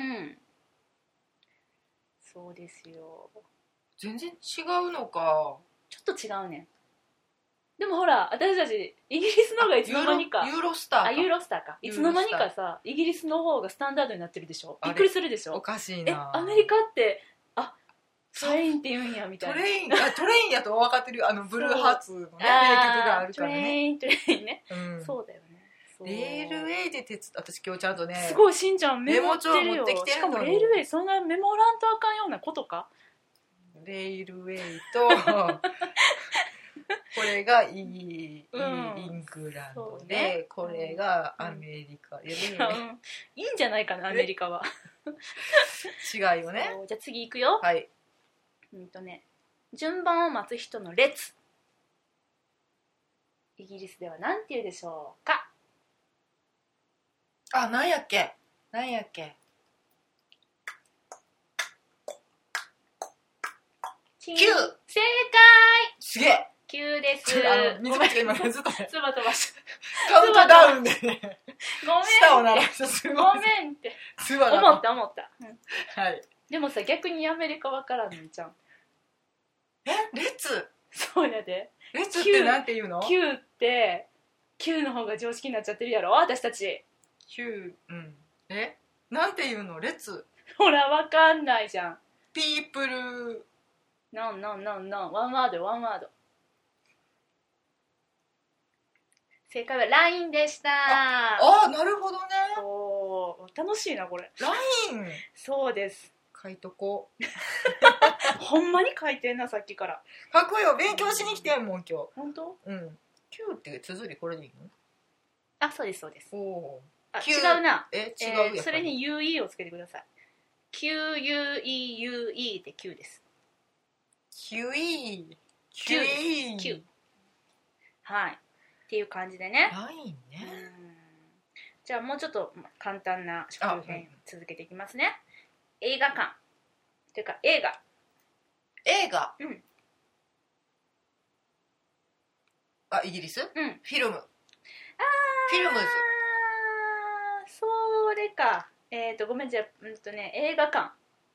そうですよ。 全然違うのか。 ちょっと違うねん。でもほら、私たちイギリスの方がいつの間にか、 ユーロスターか、 あ、ユーロスターか、いつの間にかさ、イギリスの方がスタンダードになってるでしょ。びっくりするでしょ。 おかしいな。 え、アメリカってあ、トレインって言うんやみたいな。 トレイン、あ、トレインやと分かってるよ、あのブルーハーツのね名曲があるからね。 トレイン、トレインね、うん、そうだよね。 レールウェイで鉄、私今日ちゃんとね、 すごいしんちゃんメモってるよ。 メモ帳持ってきてるのに。 しかもレールウェイそんなメモらんとあかんようなことか。 レールウェイとこれがイ, イ, うん、イングランドで、ね、これがアメリカ、うん、い, やうん、いいんじゃないかな、アメリカは違いよね。 じゃあ次いくよ。 はい。 うんとね、順番を待つ人の列、イギリスではなんて言うでしょうか。 あ、なんやっけなんやっけきゅう、正解。 すげえ。 きゅうです。 あの水口が今ずっとつば飛ばしカウントダウンでね、 ごめん舌を鳴らした。 ごめんって思った思った、うん、はい。でもさ、逆にアメリカわからんのんちゃん。 え、列？ そうやで。 列ってなんて言うの？ きゅうってきゅうの方が常識になっちゃってるやろ私たち。 きゅう、うん。え、なんて言うの？列。 ほらわかんないじゃん。 ピープル。 ノンノンノンノン、ワンワードワンワード。正解はラインでした。 ああ、なるほどね。 おー、楽しいなこれ。 ライン。 そうです。 書いとこう。 ほんまに書いてんな、さっきから。 書くよ、勉強しに来てんもん今日。 本当？ うん。きゅうって綴りこれでいいの？ あ、そうですそうです。 おお。 あ、違うな。 え、違う、 えー、それに ユーイー をつけてください。キューユーイーユーイー ってきゅうです。 キュイー。 キュー。キュー。はい。っていう感じでね。 ラインね。 うん、じゃあもうちょっと簡単な宿題編続けていきますね。映画館。というか映画。 映画。 うん。 あ、イギリス？ うん。 フィルム。あー。フィルムズ。 それか。えっと、ごめん、じゃあ、うんとね、映画館。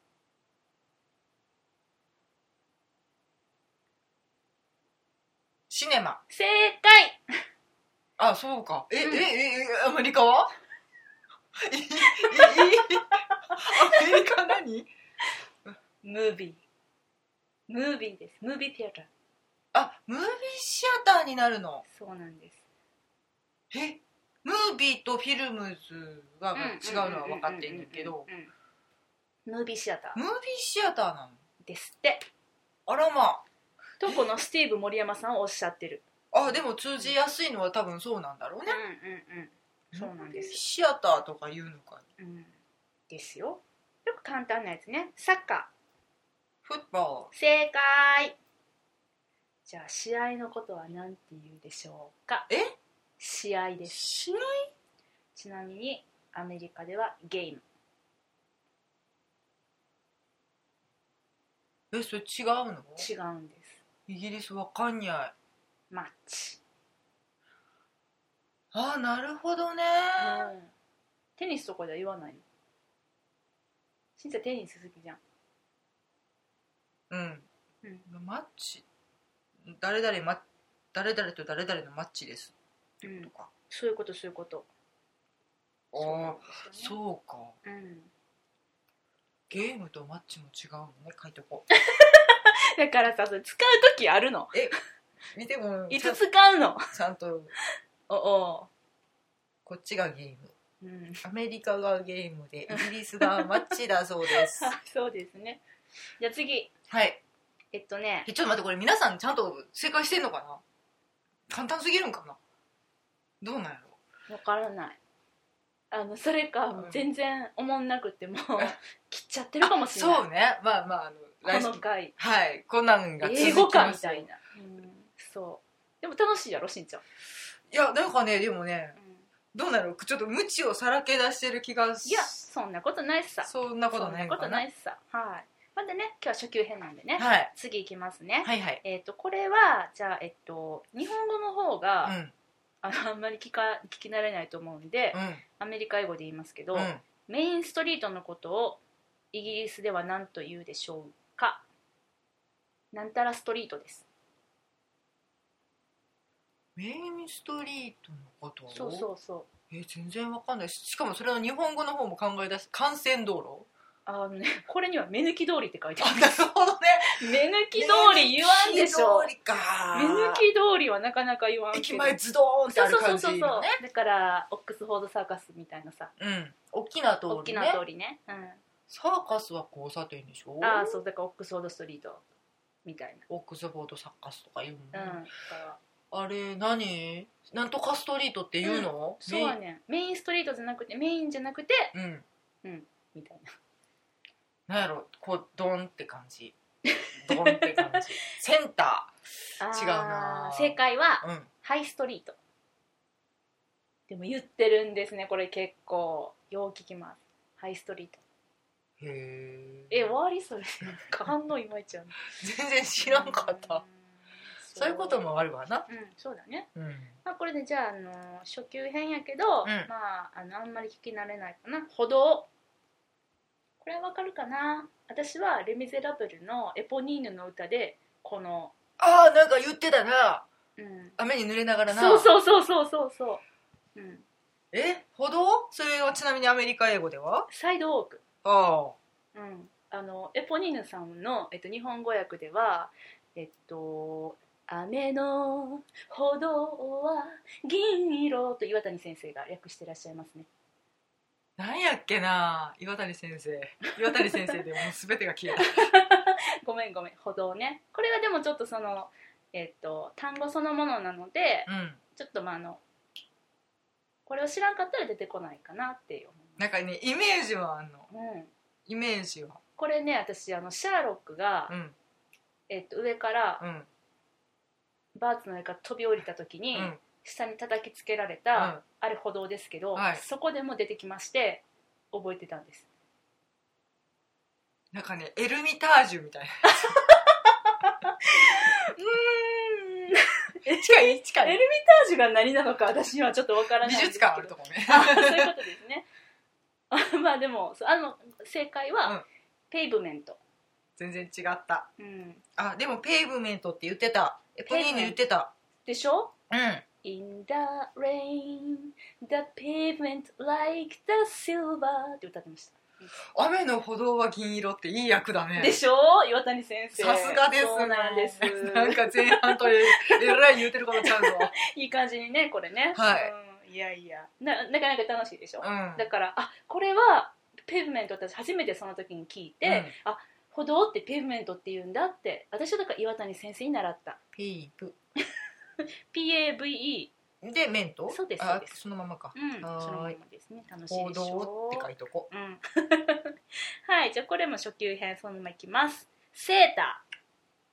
シネマ。 正解。 あ、そうか。え、うん、え、え、え、アメリカは？え、え、え、アメリカ何？ ムービー。ムービーです。ムービーティアター。 あ、ムービーシアターになるの？ そうなんです。 え、ムービーとフィルムズが違うのは分かってるんだけど、 ムービーシアター。 ムービーシアターなの？ ですって。 あらまあ。 とこのスティーブ森山さんおっしゃってる。 あ、でも通じやすいのは多分そうなんだろうね。 うんうんうん。 そうなんです。 シアターとか言うのか、 うん、ですよ。よく簡単なやつね。サッカー。 フットボール。 正解。じゃあ試合のことは何て言うでしょうか。 え？ 試合です。 試合？ ちなみにアメリカではゲーム。 え、それ違うの？ 違うんです。 イギリスわかんにゃい。 マッチ。 ああ、なるほどね、 うん、テニスとかでは言わないの？しんちゃんテニス好きじゃん。 うん、 うん、 マッチ、誰々、ま、誰々と誰々のマッチですってことか、うん、 そういうことそういうこと。 ああ、そうか、 うん、 ゲームとマッチも違うのね、書いとこうだからさ、それ使う時あるの？ え、見てもいつ使うの？ ちゃんとおお、 こっちがゲーム、うん、アメリカがゲームでイギリスがマッチだそうですそうですね。じゃあ次、 はい、 えっとねえ、ちょっと待って、これ皆さんちゃんと正解してんのかな？簡単すぎるんかな？どうなんやろ？ わからない。あのそれか全然おもんなくても切っちゃってるかもしれない。 そうね、まあまあ、あのこの回、 はい、コナンが続きますよ。 英語かみたいな、うん、そうでも楽しいやろしんちゃん。 いやなんかね、でもね、うん、どうなの、ちょっと無知をさらけ出してる気がし。 いやそんなことないっさ。 そんなことないかな。 そんなことないっさ。はい。まだね、今日は初級編なんでね、 はい、 次いきますね。 はいはい。 えっとこれはじゃあえっと日本語の方が、うん、あのあんまり聞か聞き慣れないと思うんで、うん、アメリカ英語で言いますけど、うん、メインストリートのことをイギリスでは何と言うでしょうか。なんたらストリートです。 メインストリートのことを。 そうそうそう。 えー、全然わかんない。しかもそれの日本語の方も考え出す。幹線道路。 あのね、これには目抜き通りって書いてある。 なるほどね。 目抜き通り言わんでしょ。 目抜き通りか。 目抜き通りはなかなか言わんけど。 駅前ズドーンってある感じのね。そうそうそうそう。 だからオックスフォードサーカスみたいなさ。 うん。大きな通りね。 大きな通りね。うん。 サーカスは交差点でしょ。 ああ、そう、だからオックスフォードストリートみたいな。 オックスフォードサーカスとか言うのね。うん。だからあれ何？なんとかストリートって言うの？ うん、そうはね、メインストリートじゃなくてメインじゃなくて、うんうんみたいな。 なんやろ、こうドンって感じ。ドンって感じ。センター。違うな。 正解は、うん、ハイストリート。でも言ってるんですね、これ結構よう聞きます。ハイストリート。 へえ、終わりそれ。反応いまいちゃう。 全然知らんかった。そういうこともあるわな。 うん、そうだね。 うん、 まあ、これでじゃあ、あの初級編やけど、うん、まあ、あのあんまり聞き慣れないかな。歩道。これはわかるかな。私はレ・ミゼラブルのエポニーヌの歌でこのああなんか言ってたな、うん、雨に濡れながらな。 そうそうそうそうそうそう、うん、 え歩道？それはちなみにアメリカ英語ではサイドウォーク。 ああ、うん、あのエポニーヌさんの、えっと、日本語訳ではえっと雨の歩道は銀色と岩谷先生が訳してらっしゃいますね。 なんやっけな、岩谷先生。岩谷先生でもう全てが消えた。 ごめんごめん、歩道ね。これはでもちょっとその、えっと、単語そのものなので、うん、ちょっとまああのこれを知らんかったら出てこないかなっていう。 なんかねイメージはあんの、うん、イメージはこれね、私あのシャーロックが、うん、えっと、上から、うん、バーツの上から飛び降りた時に、うん、下に叩きつけられた、うん、あれ歩道ですけど、はい、そこでも出てきまして覚えてたんです。 なんかねエルミタージュみたいなうーん近い近い。 エルミタージュが何なのか私にはちょっとわからないんですけど。 美術館あるとこね。 あ、そういうことですねまあでもあの正解は、うん、ペイブメント。 全然違った、うん、あでもペイブメントって言ってた。エポニーヌ言ってたでしょ。 うん。 In the rain, the pavement like the silver って歌ってました。 雨の歩道は銀色っていい役だね。 でしょ、岩谷先生。 さすがですね。 そうなんです。 なんか前半とえらい言うてることちゃうぞ。 いい感じにねこれね。 はい。 うん、いやいや な, なかなか楽しいでしょ。うん、だからあこれはペイブメントって初めてその時に聞いて、うん、あ歩道ってペイブメントって言うんだって私はだから岩谷先生に習った。 ピープ。 ピーエーブイイーで麺とそうですそうです、 そのままか、 うん、そのままですね。楽しいでしょう。 報道って書いとこう、うん、 はい、じゃあこれも初級編そのままいきます。セーター。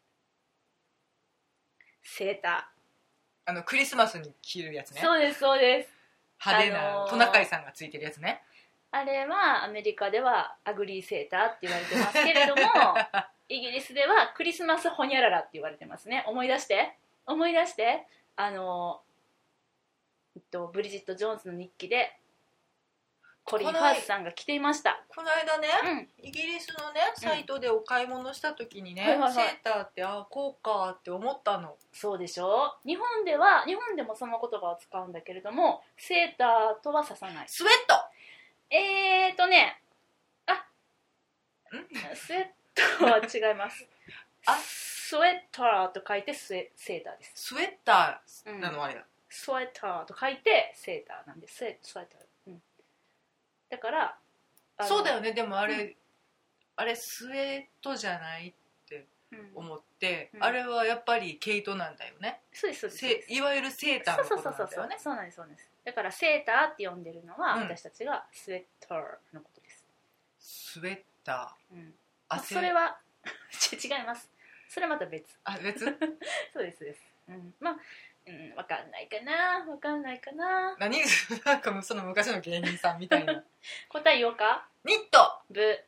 セーター、あのクリスマスに着るやつね。 そうですそうです。 派手な、あのー、トナカイさんがついてるやつね。 あれはアメリカではアグリーセーターって言われてますけれどもイギリスではクリスマスホニャララって言われてますね。思い出して思い出してあの、えっと、ブリジット・ジョーンズの日記でコリン・ファースさんが着ていました。 この間ね、うん、イギリスのねサイトでお買い物した時にね、うん、セーターってあこうかって思ったの。 そうでしょ。日本では日本でもその言葉を使うんだけれどもセーターとは指さない。 スウェット。 えーとねあんスウェットは違いますあスウェッターと書いてスウェセーターです。 スウェッターなの、うん、あれだ。 スウェッターと書いてセーターなんです。スウェッター、うん、だからそうだよね。でもあれ、うん、あれスウェットじゃないって思って、うん、あれはやっぱり毛糸なんだよね。 そうですそうです。 いわゆるセーターのことなんだよね。 そうなんですそうなんです。だからセーターって呼んでるのは、うん、私たちがスウェッターのことです。 スウェッター、うん、 あそれは違います。それはまた別。 あ別そうですです、うん、まあ、うん、分かんないかな分かんないかな。 何なんかその昔の芸人さんみたいな答え言おうか。 ニット。 ブ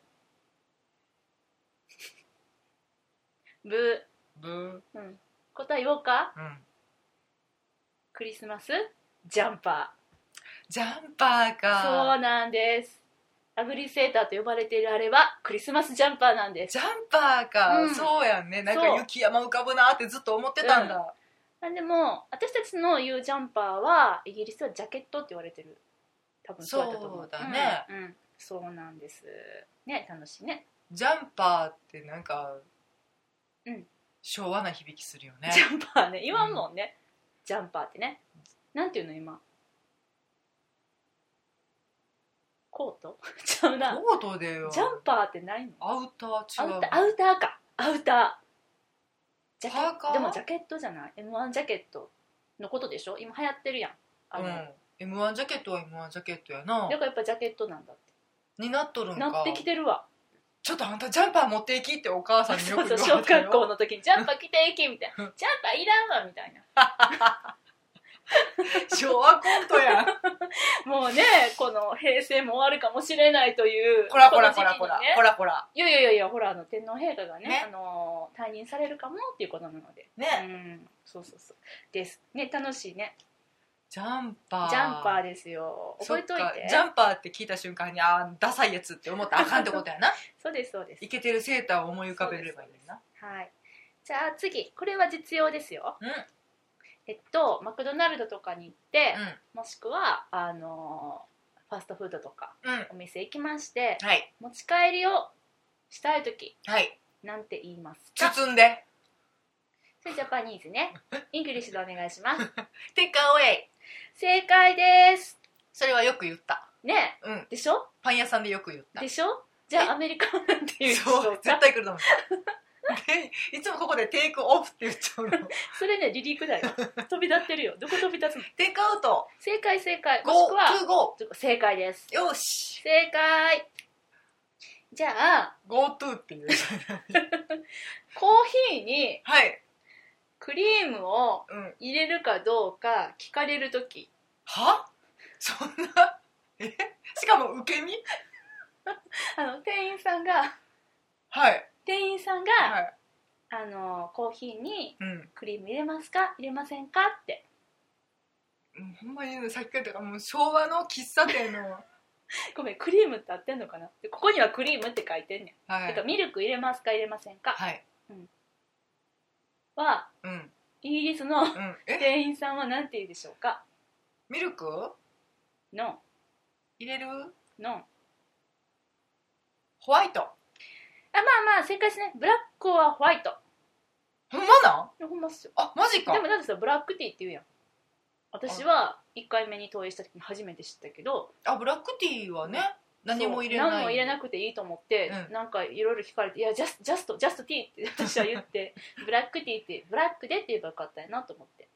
ブブ、 うん、答え言おうか、 うん、 クリスマスジャンパー。ジャンパーか。 そうなんです。アグリセーターと呼ばれているあれはクリスマスジャンパーなんです。 ジャンパーか、うん、そうやんね。なんか雪山浮かぶなってずっと思ってたんだ、 うん、でも私たちの言うジャンパーはイギリスはジャケットって言われてる。多分そうだと思う。 そうだね、 うんうん、そうなんですね。楽しいね。 ジャンパーってなんか、うん、昭和な響きするよね。 ジャンパーね言わんもんね、うん、ジャンパーってね。なんていうの今、コートちゃうな。 コートでよ。 ジャンパーってないの。 アウター違う。 アウター、アウターか。アウター。ジャケットでもジャケットじゃない。 エムワン ジャケットのことでしょ。今流行ってるやん。あの、うん、 エムワン ジャケットは エムワン ジャケットやな。 だからやっぱジャケットなんだって。 になっとるんか。 なってきてるわ。 ちょっとあんたジャンパー持っていきってお母さんによく言われたよ。 そうそう、小学校の時にジャンパー着ていきみたいな。ジャンパーいらんわみたいな。 昭和コントやん。 もうね、この平成も終わるかもしれないという、 こらこらこらこら、こらこら。 いやいやいやいや、ほらあの天皇陛下がね、ね、あの退任されるかもっていうことなのでね、 うん、そうそうそうですね。楽しいね。 ジャンパー、 ジャンパーですよ。覚えといて。 ジャンパーって聞いた瞬間にあーダサいやつって思ったらあかんってことやな。 そうですそうです。 イケてるセーターを思い浮かべればいいな。 はい。じゃあ次、これは実用ですよ。うん。えっとマクドナルドとかに行って、うん、もしくはあのファストフードとか、うん、お店行きまして、はい、持ち帰りをしたいとき、はい、なんて言いますか。 包んで。 それジャパニーズね。イングリッシュでお願いします。 テイクアウェイ。 正解です。 それはよく言ったね、うん、でしょ。 パン屋さんでよく言ったでしょ。じゃあアメリカはなんて言うでしょうか。 そう絶対来ると思う。いつもここでテイクオフって言っちゃうの。 それね離陸だよ。飛び立ってるよ。どこ飛び立つの。 テイクアウト。 正解正解。もしくはゴー正解です。 よし正解。じゃあゴートゥー っていうコーヒーにクリームを入れるかどうか聞かれるとき、 はそんなえしかも受け身あの店員さんがはい店員さんが、はい、あのコーヒーにクリーム入れますか、入れませんかって、 もうほんまにさっきから言ったもう昭和の喫茶店のごめんクリームって合ってんのかな。でここにはクリームって書いてんねん、はい、だからミルク入れますか入れませんか、はいうん、は、うん、イギリスの、うん、店員さんは何て言うでしょうか。 ミルクの入れるのホワイト。 あ、まあまあ正解ですね。ブラックはホワイト。 ほんまなん？ ほんまっすよ。 あ、マジか。 でもだってさブラックティーって言うやん。私はいっかいめに投影した時に初めて知ったけど、 あ、ブラックティーはね、何も入れない。 何も入れなくていいと思って、うん、なんかいろいろ聞かれて、いやジャスジャストジャストティーって私は言ってブラックティーってブラックでって言えばよかったやなと思って。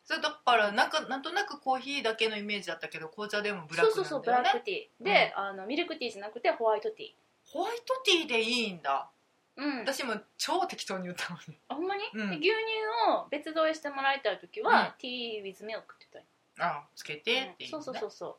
それだからなんかなんとなくコーヒーだけのイメージだったけど紅茶でもブラックなんだよね。 そうそうそうブラックティーで、うん、あのミルクティーじゃなくてホワイトティー。 ホワイトティーでいいんだ。 うん、 私も超適当に言ったのに。 あほんまに、 うん、 牛乳を別添えしてもらいたい時は、うん、ティー with milk って言ったらあつけてっていう、ね、 うん、そうそうそうそう、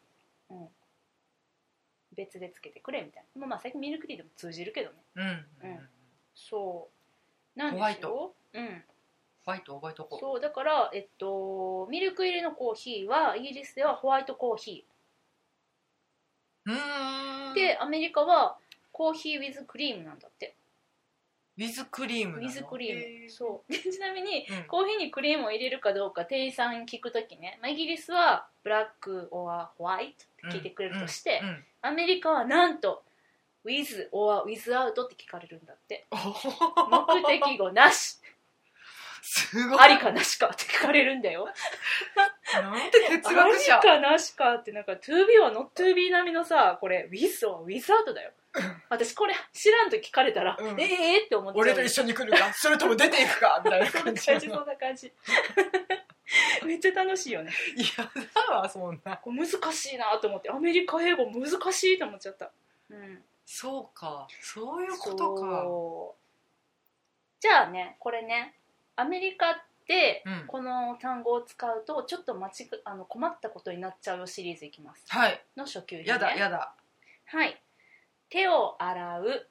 うん、別でつけてくれみたいな。もうまあ最近ミルクティーでも通じるけどね。 うん、うんうん、そうなんですよ。 ホワイト、 うん、 ホワイト覚えとこう。 そうだからえっとミルク入りのコーヒーはイギリスではホワイトコーヒー。うーんでアメリカはコーヒー with クリームなんだって。 ウィズクリームなの？ ウィズクリーム。そうでちなみに、うん、コーヒーにクリームを入れるかどうか店員さんに聞くときね、まあ、イギリスはブラック or ホワイトって聞いてくれるとして、うんうんうん、アメリカはなんと with or without って聞かれるんだって。目的語なしすごい。 ありかなしかって聞かれるんだよ。 なんて哲学者。 ありかなしかってなんか to be or not to be 並みのさこれ with or without だよ。私これ知らんと聞かれたら、うん、ええー、って思っちゃう。 俺と一緒に来るかそれとも出ていくかみたいな感じ。 そんな感じそんな感じめっちゃ楽しいよね。 いやだわそんな難しいなと思ってアメリカ英語難しいと思っちゃった、うん、 そうかそういうことか。 じゃあねこれねアメリカってこの単語を使うとちょっと間違あの困ったことになっちゃうよシリーズいきます、 はい、 の初級編ね。 やだやだ。 はい手を洗う。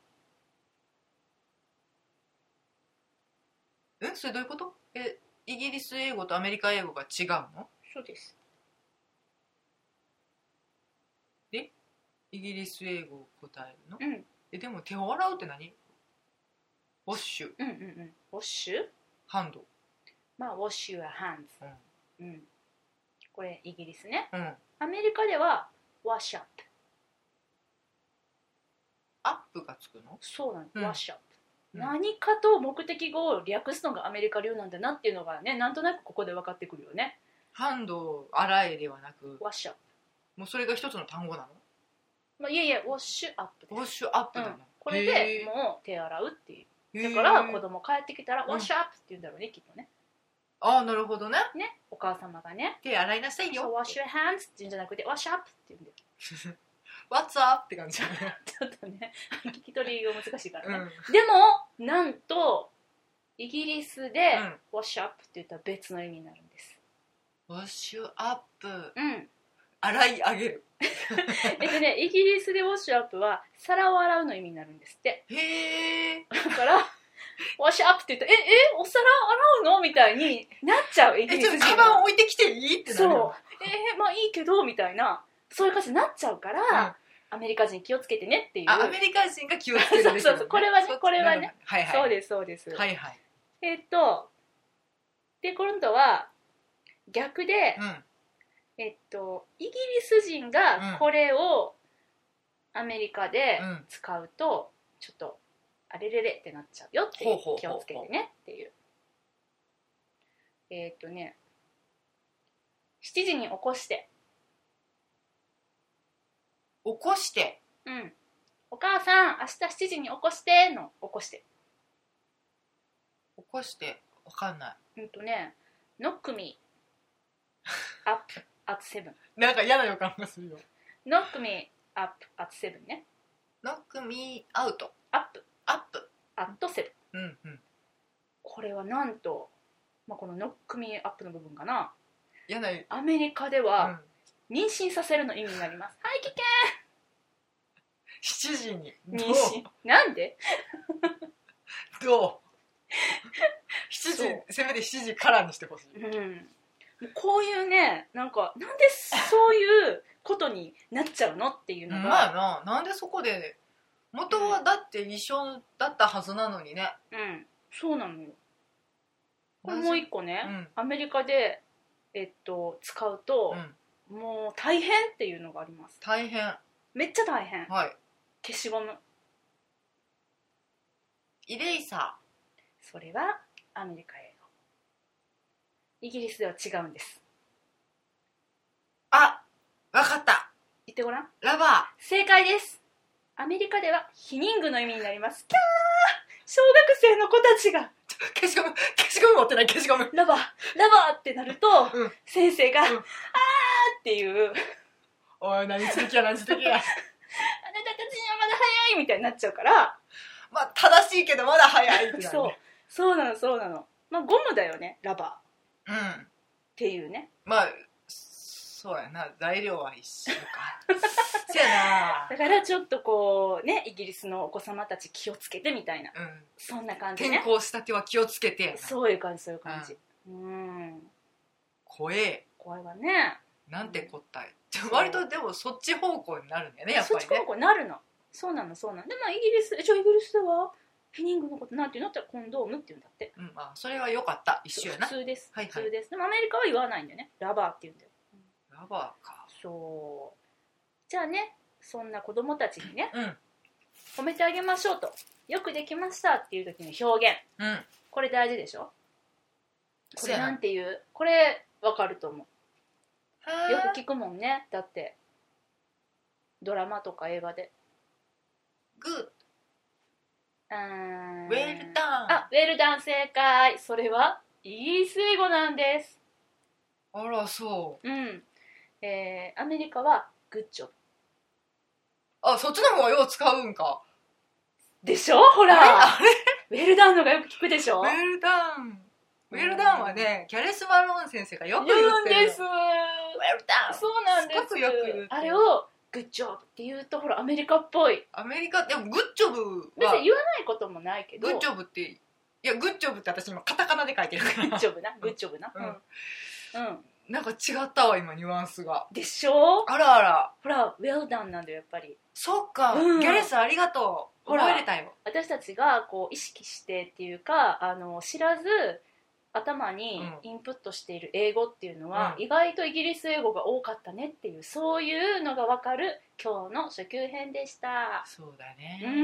えそれどういうこと？えイギリス英語とアメリカ英語が違うの？ そうです。 えイギリス英語を答えるの？ うん。 えでも手を洗うって何？ウォッシュ。 うんうんうん。ウォッシュ？ ハンド。 まあウォッシュはハンズ。うん。うん。これイギリスね。 うん。 アメリカではワッシュアップ。 アップがつくの？ そうなんです、 うん、 ワッシュアップ、うん、何かと目的語を略すのがアメリカ流なんだなっていうのがねなんとなくここで分かってくるよね。 ハンド洗えではなくワッシュアップ。 もうそれが一つの単語なの？ まあ、いやいやウォッシュアップです。 ウォッシュアップなの、うん、 これでもう手洗うっていうだから子供帰ってきたらウォッシュアップって言うんだろうね、うん、きっとね。 ああなるほどね。 ねお母様がね手洗いなさいよ。 そう wash your hands って言うんじゃなくて wash up って言うんだよ。 What's up? って感じ。ちょっとね聞き取りが難しいからね、 うん、 でもなんとイギリスで、うん、wash up って言ったら別の意味になるんです。 wash up、 うん、 洗い上げるえっとねイギリスで wash up は皿を洗うの意味になるんですって。 へえ。 だからwash up って言ったらええお皿洗うのみたいになっちゃう。イギリス人はえちょっとカバン置いてきていいってなる。 そうえー、まあいいけどみたいなそういう感じになっちゃうから、うん、アメリカ人気をつけてねっていう。 あアメリカ人が気をつける、ね、 そうそうそうこれはねこれはね、 はいはい、 そうですそうです。 はいはい。 えー、っとで今度は逆で、 うん、 えっとイギリス人がこれをアメリカで使うと、うん、ちょっとあれれれってなっちゃうよっていう気をつけてねっていう。えー、っとねしちじに起こして起こしてうんお母さん明日しちじに起こしての起こして起こしてわかんない。 うんとね knock me up at seven なんか嫌な予感がするよ。 knock me up at seven ね knock me out up up at seven、 うんうん、 これはなんと、まあ、この knock me up の部分かな嫌なアメリカでは、うん、妊娠させるの意味になります。はい危険しちじに妊娠なんでどうしちじせめてしちじからにしてほしい、 うん、もうこういうねなんかなんでそういうことになっちゃうのっていうのがまあななんでそこで元はだって一緒だったはずなのにね。 うんそうなのよ。これもう一個ね、 うん、 アメリカでえっと使うと、うん、もう大変っていうのがあります。 大変めっちゃ大変。 はい。 消しゴムイレイサー。それはアメリカ英語。イギリスでは違うんです。 あわかった。 言ってごらん。 ラバー。 正解です。アメリカでは避妊具の意味になります。キャー小学生の子たちが消しゴム消しゴム持ってない消しゴムラバーラバーってなると、うん、先生が、うん、あーっていうおい何する気や何する気やあなたたちにはまだ早いみたいになっちゃうから、 まあ正しいけどまだ早いってなる、ね、 そうそうなのそうなの、まあゴムだよねラバー、うん、 っていうね。 まあそうやな、材料は一緒かそうやな。 だからちょっとこうね、イギリスのお子様たち気をつけてみたいな、うん、そんな感じね。 転校したては気をつけてやな。 そういう感じそういう感じ、うん、うん怖え怖いわね。 なんてこったい、うん、割とでもそっち方向になるんだよねやっぱりね。 そっち方向になるの。そうなのそうなの。でもイギリス、じゃあイギリスではフィニングのことなんていうのってコンドームって言うんだって、 うん、まあそれは良かった、一緒やな。 普通です、 はいはい、 普通です。でもアメリカは言わないんだよね、ラバーって言うんだよ。 ラバーか。 そうじゃあね、そんな子供たちにね、 うん、 褒めてあげましょうと、よくできましたっていう時の表現、 うん、 これ大事でしょ。これなんていう、これ分かると思う。よく聞くもんね、だってドラマとか映画で。 グッうーん、 ウェルダン。 あ、ウェルダン正解。それはイギリス英語なんです。 あらそう。 うん、えー、アメリカはグッジョブ。 あ、そっちの方がよう使うんか。 でしょ、ほら。あれウェルダンのがよく聞くでしょ。 ウェルダン。ウェルダンはね、キャレス・マローン先生がよく言ってる。 言うんです。ウェルダン。 そうなんです。 すごくよく言って。 あれをグッジョブって言うとほらアメリカっぽい。 アメリカでもグッジョブは別に言わないこともないけど。 グッジョブっていやグッジョブって私今カタカナで書いてるから。 グッジョブな、グッジョブな。うん。うん。 なんか違ったわ今ニュアンスが。 でしょ。 あらあら。 ほらウェルダンなんだよやっぱり。 そっか、うん、ギャレスありがとう。覚えれたよ。 私たちがこう意識してっていうか、あの知らず頭にインプットしている英語っていうのは、うん、意外とイギリス英語が多かったねっていう、そういうのが分かる今日の初級編でした。 そうだね、 うん、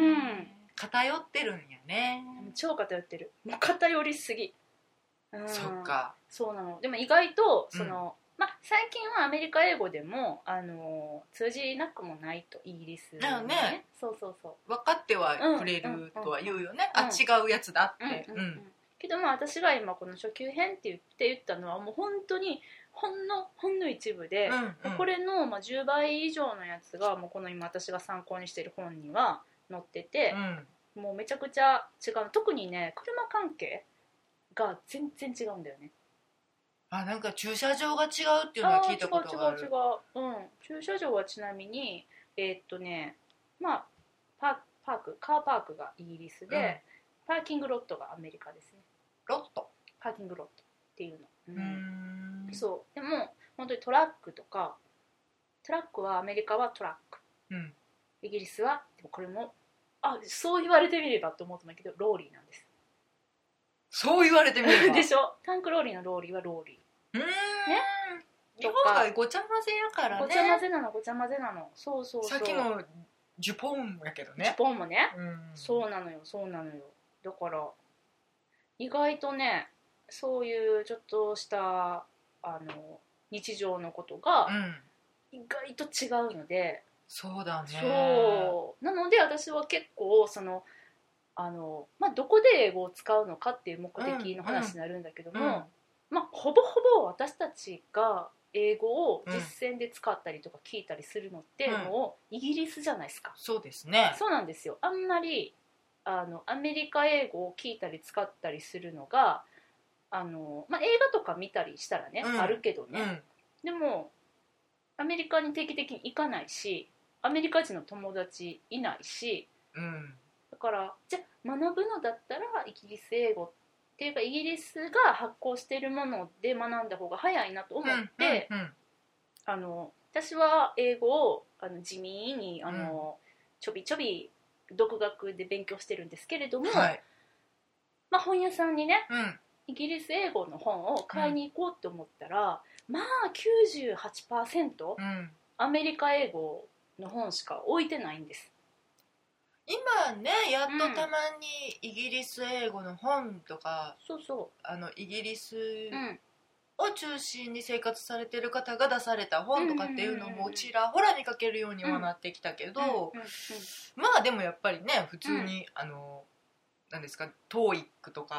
偏ってるんやね。 超偏ってる、もう偏りすぎ、 うん、そっか。 そうなの。でも意外とその、うん、まあ、最近はアメリカ英語でもあの通じなくもないと、イギリスの ね, ねそうそうそう、 分かってはくれるとは言うよね、うんうんうん、あ違うやつだって、うんうんうん、 けどまあ私が今この初級編って言って言ったのはもう本当にほんのほんの一部で、うんうん、これのまあじゅうばい以上のやつがもうこの今私が参考にしている本には載ってて、うん、もうめちゃくちゃ違う。特にね車関係が全然違うんだよね。 あ、なんか駐車場が違うっていうのは聞いたことがある。 違う違う違う、うん、駐車場はちなみにえー、っとねまあパークカーパークがイギリスで、うん、パーキングロットがアメリカですね。 ロットパーキングロットっていうの、 うん、 うん、そうでも本当にトラックとか、トラックはアメリカはトラック、うん、イギリスはでもこれもあそう言われてみればと思ったんだけどローリーなんです。 そう言われてみればでしょ。タンクローリーのローリーはローリー、 うーんね、日本がごちゃ混ぜやからね。 ごちゃ混ぜなのごちゃ混ぜなの。そうそうそう。 さっきのジュポンやけどね。 ジュポンもね、うん、そうなのよそうなのよ。だから意外とねそういうちょっとしたあの日常のことが意外と違うので、 うん、そうだね。 そうなので私は結構そのあの、まあ、どこで英語を使うのかっていう目的の話になるんだけども、うんうん、まあ、ほぼほぼ私たちが英語を実践で使ったりとか聞いたりするのってもうイギリスじゃないですか、 うん、そうですね。 そうなんですよ。あんまりあのアメリカ英語を聞いたり使ったりするのがあの、まあ、映画とか見たりしたらね、うん、あるけどね、うん、でもアメリカに定期的に行かないしアメリカ人の友達いないし、うん、だからじゃあ学ぶのだったらイギリス英語っていうかイギリスが発行しているもので学んだ方が早いなと思って、うんうんうん、あの私は英語をあの地味にあの、うん、ちょびちょび独学で勉強してるんですけれども、はい、まあ、本屋さんにね、うん、イギリス英語の本を買いに行こうと思ったら、うん、まあ きゅうじゅうはちパーセント、うん、アメリカ英語の本しか置いてないんです。 今ねやっとたまにイギリス英語の本とか、 うん、そうそう、 あのイギリスを中心に生活されてる方が出された本とかっていうのもちらほら見かけるようにはなってきたけど、まあでもやっぱりね普通に、うん、あの何ですか トーイック とか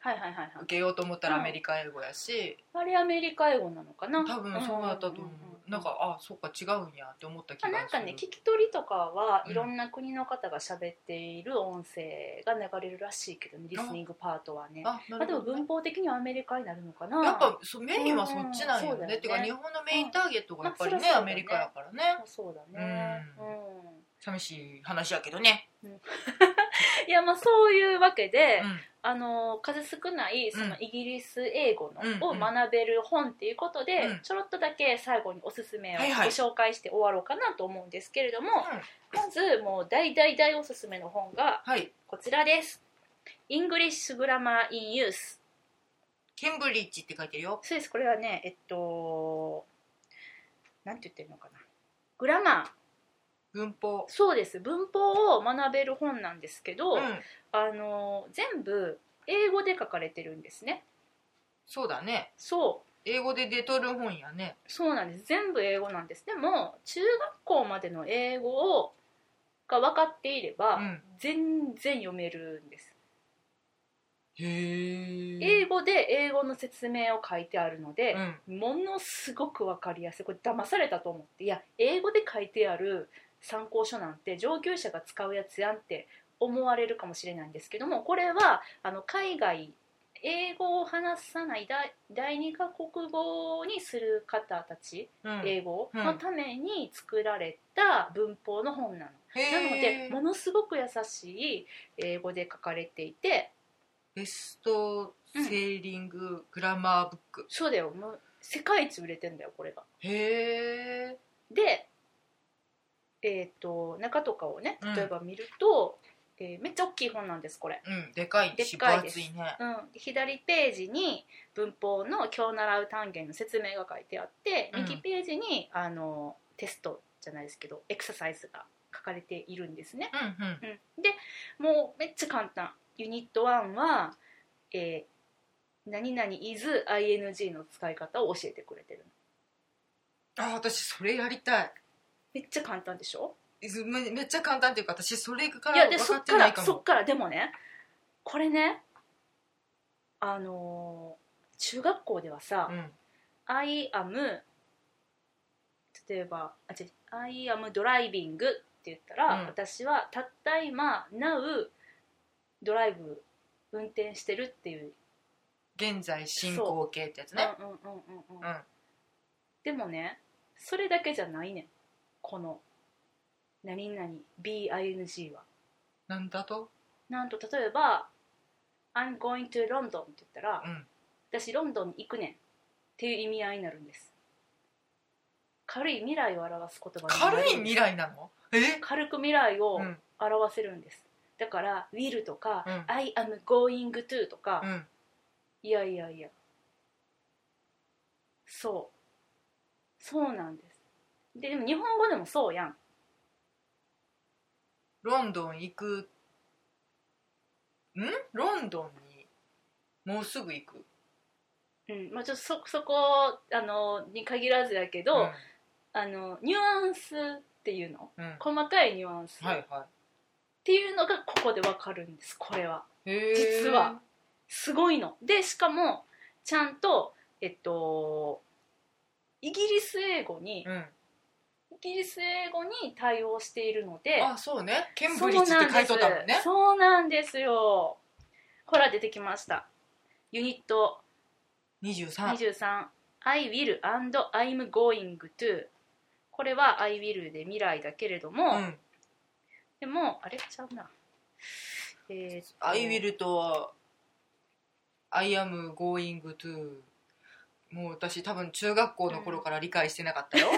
はいはいはいはい、 受けようと思ったらアメリカ英語やし、 うん、あれアメリカ英語なのかな、 多分そうだったと思う、うんうんうんうん、なんかあそうか違うんやって思った気がする。 なんかね聞き取りとかはいろんな国の方が喋っている音声が流れるらしいけどね、リスニングパートはね。ああ、でも文法的にはアメリカになるのかな。 やっぱそメインはそっちなんよね、うん、ねっていうか日本のメインターゲットがやっぱりね、うんまあ、アメリカやからね。 そうだね、うんうん、 寂しい話やけどね、 うん、いやまあそういうわけで、 うん、 あの数少ないそのイギリス英語の、 うん、 を学べる本っていうことで、うん、ちょろっとだけ最後におすすめをご紹介して終わろうかなと思うんですけれども、はいはい、まずもう大大大おすすめの本がこちらです、はい、English Grammar in Use。 ケンブリッジって書いてるよ。 そうです。これはねえっとなんて言ってるのかな、グラマー、 文法。 そうです。文法を学べる本なんですけど、 うん、 あの全部英語で書かれてるんですね。 そうだね。 そう英語で出とる本やね。 そうなんです。全部英語なんです。でも中学校までの英語をが分かっていれば、うん、全然読めるんです。 へー。 英語で英語の説明を書いてあるので、うん、ものすごく分かりやすい。これ騙されたと思って、いや英語で書いてある参考書なんて上級者が使うやつやんって思われるかもしれないんですけども、これはあの海外英語を話さない第二カ国語にする方たち、うん、英語のために作られた文法の本なの、うん、なのでものすごく優しい英語で書かれていて、 ベストセーリンググラマーブック、 うん、そうだよ。もう世界一売れてんだよこれが。 へー。でえー、と中とかをね例えば見ると、うんえー、めっちゃ大きい本なんですこれ、 うん、でかいし分厚いね、 うん、左ページに文法の今日習う単元の説明が書いてあって、うん、右ページにあのテストじゃないですけどエクササイズが書かれているんですね、 うんうんうん、 でもうめっちゃ簡単。ユニットワンは、えー、何々 is ing の使い方を教えてくれてるの。あ、私それやりたい。 めっちゃ簡単でしょ。 め, めっちゃ簡単っていうか私それから分かってないかも。 いやでそっからそっからでもねこれねあのー、中学校ではさ、うん、I am 例えばあ違う I am driving って言ったら、うん、私はたった今 now ドライブ運転してるっていう現在進行形ってやつね。 うんうんうんうんうん、うん、でもねそれだけじゃないねんこの何々 ビーアイエヌジー は。 なんだとなんと例えば I'm going to London って言ったら、 うん、 私ロンドンに行くねんっていう意味合いになるんです。軽い未来を表す言葉。 軽い未来なの？え？ 軽く未来を表せるんです、うん、だから will とか、うん、I am going to とか、うん、いやいやいやそうそうなんです。で, でも日本語でもそうやん。 ロンドン行くんロンドンにもうすぐ行く、 うんまあ、ちょっと そ, そこあのに限らずやけど、うん、あのニュアンスっていうの、うん、細かいニュアンス、 はいはい、 っていうのがここで分かるんです。これはへ実はすごいので、しかもちゃんとえっとイギリス英語に、うん、イギリス英語に対応しているので。 あ、そうね。ケンブリッジって書いとったもんね。 そうなんですよ。ほら出てきました。ユニットにじゅうさん I will and I'm going to。 これは I will で未来だけれども、うん、でもあれちゃうな、 えー、I will と I am going to、 もう私多分中学校の頃から理解してなかったよ、うん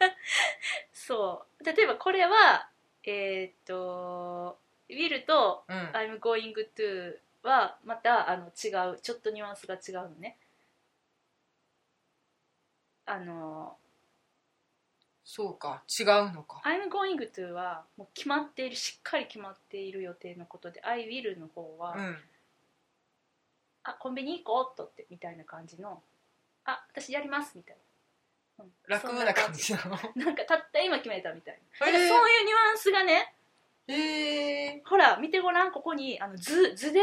そう例えばこれはえー、っと will と I'm going to はまたあの違う、ちょっとニュアンスが違うのね。あのそうか、違うのか。 I'm going to はもう決まっている、しっかり決まっている予定のことで、 I will の方は、うん、あコンビニ行こうっとってみたいな感じの、あ私やりますみたいな、うん、 楽な感じなのなんかたった今決めたみたいな、そういうニュアンスがね、 へー、 ほら見てごらん、ここにあの図図で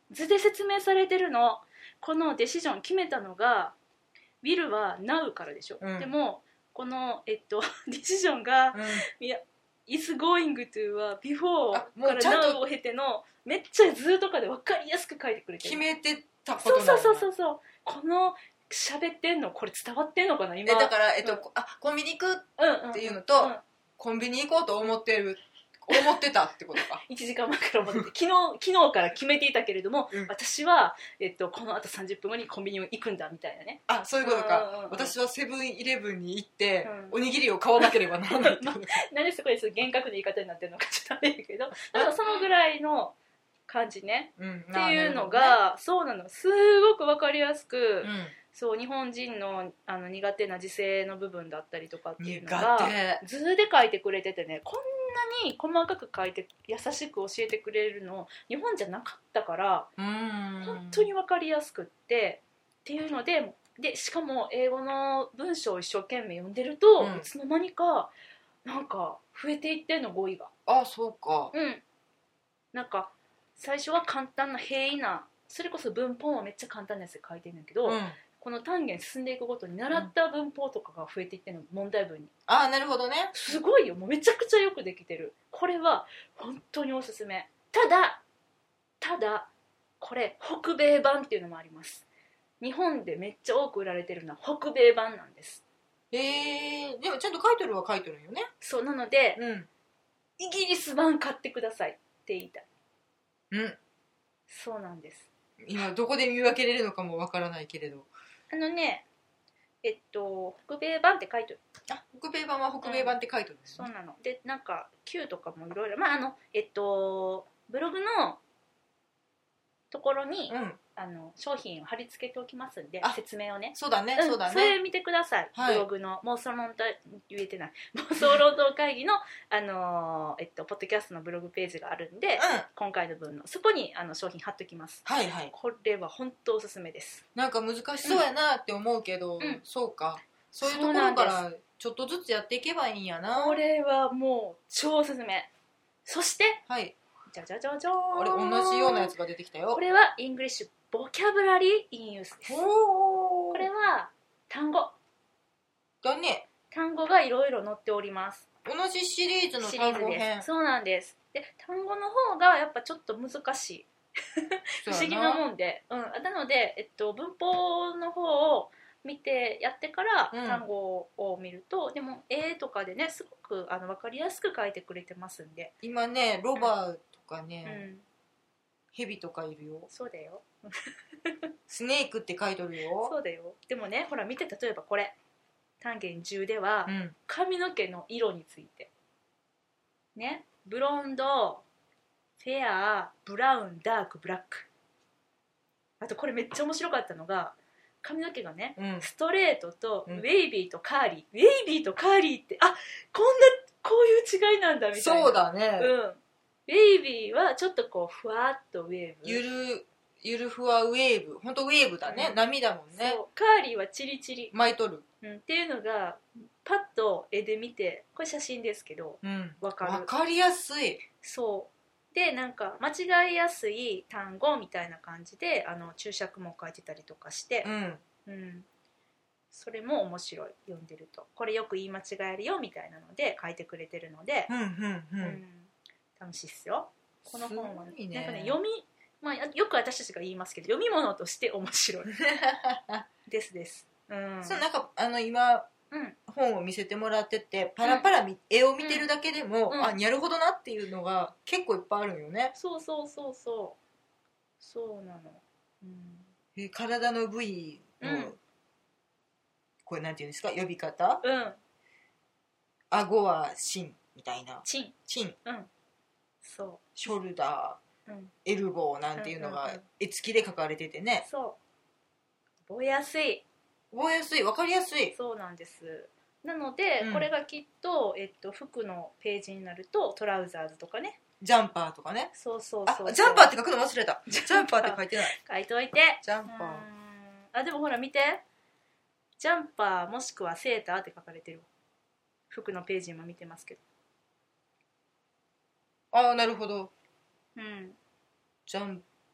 図で説明されてるの。このデシジョン決めたのがウィルは Now からでしょ、うん、でもこの、えっと、デシジョンが、うん、いや is going to は before から Now を経てのめっちゃ図とかで分かりやすく書いてくれてる。 決めてたことなんだ。 そうそうそうそう。この喋ってんのこれ伝わってんのかな今。 えだから、えっとうん、あコンビニ行くっていうのと、うんうんうん、コンビニ行こうと思ってる思ってたってことか。 いちじかんまえから思ってて昨日昨日から決めていたけれども、うん、私は、えっと、このあとさんじゅっぷんごにコンビニに行くんだみたいなね。 あそういうことか、うんうんうん、私はセブンイレブンに行って、うん、おにぎりを買わなければならないってことか、 ま、なんでそこで厳格な言い方になってるのかちょっとあれだけどそのぐらいの感じね、うん、っていうのが、ね、そうなのすごく分かりやすく、うん、そう日本人 の, あの苦手な時制の部分だったりとかっていうのが図で書いてくれててね、こんなに細かく書いて優しく教えてくれるの日本じゃなかったから、うん本当に分かりやすくってっていうの で, でしかも英語の文章を一生懸命読んでると、うん、いつの間にかなんか増えていってんの語彙が。 あそうか。 うんなんか最初は簡単な平易なそれこそ文法もめっちゃ簡単なやつで書いてるんだけど、うん、この単元進んでいくごとに習った文法とかが増えていってるの、問題文に。 ああなるほどね。 すごいよもうめちゃくちゃよくできてる。これは本当におすすめ。ただただこれ北米版っていうのもあります。日本でめっちゃ多く売られてるのは北米版なんです。 へえー、でもちゃんと書いてるは書いてるよね。 そうなので、うん、イギリス版買ってくださいって言いたい。うんそうなんです。 今どこで見分けれるのかもわからないけれど、 あのねえっと北米版って書いてる。 あ北米版は北米版って書いてるんですね、うん、そうなのでなんか Q とかもいろいろまああのえっとブログのところに、うん、あの商品を貼り付けておきますんで説明をね。 そうだね、うん、そうだね。 それ見てください、はい、ブログの妄想論言えてない妄想労働会議のあのー、えっとポッドキャストのブログページがあるんで、うん、今回の分のそこにあの商品貼っときます。はいはい。これは本当おすすめです。 なんか難しそうやなって思うけど、うん、そうかそういうところからちょっとずつやっていけばいいんやな。 これはもう超おすすめ。そしてはいじゃじゃじゃじゃーん。 あれ同じようなやつが出てきたよ。 これはイングリッシュボキャブラリーインユースです。これは単語だね。 単語がいろいろ載っております。 同じシリーズの単語編。 そうなんです。で単語の方がやっぱちょっと難しい不思議なもんで、うん、なので、えっと、文法の方を見てやってから単語を見ると、うん、でも絵とかでねすごくあの分かりやすく書いてくれてますんで。 今ねロバとかね、うん、ヘビとかいるよ。 そうだよスネークって書いてるよ。 そうだよ。でもねほら見て例えばこれ単元じゅうでは、うん、髪の毛の色についてねブロンドフェアブラウンダークブラック。あとこれめっちゃ面白かったのが髪の毛がね、うん、ストレートとウェイビーとカーリー、うん、ウェイビーとカーリーってあこんなこういう違いなんだみたいな。 そうだね、 うん、ウェイビーはちょっとこうふわっとウェーブゆるゆるふわウェーブほんとウェーブだね、うん、波だもんね。 そうカーリーはチリチリ巻いとる、 うん、っていうのがパッと絵で見てこれ写真ですけど、うん、分かる。 分かりやすい。 そうでなんか間違いやすい単語みたいな感じであの注釈も書いてたりとかして、うんうん、それも面白い。読んでるとこれよく言い間違えるよみたいなので書いてくれてるので、うんうんうんうん、楽しいっすよこの本は。ね、なんかね読み、まあ、よく私たちが言いますけど読み物として面白いですです、うん、 そうなんかあの今うん、本を見せてもらっててパラパラ、うん、絵を見てるだけでも、うん、あなるほどなっていうのが結構いっぱいあるよね。 そうそうそうそうそうなの、 うん、え体の部位の、うん、これなんていうんですか呼び方、うん、顎は芯みたいなチンチン、 うん、そうショルダー、うん、エルボーなんていうのが絵付きで書かれててね、 そう覚えやすい覚えやすい分かりやすい。 そうなんです。なので、うん、これがきっと、えっと、服のページになるとトラウザーズとかねジャンパーとかね。 そうそうそうそう。 あジャンパーって書くの忘れた。ジャンパーって書いてない。 書いといて。 ジャンパー。 あでもほら見てジャンパーもしくはセーターって書かれてる服のページも見てますけど。 ああなるほど。うん。ジャンで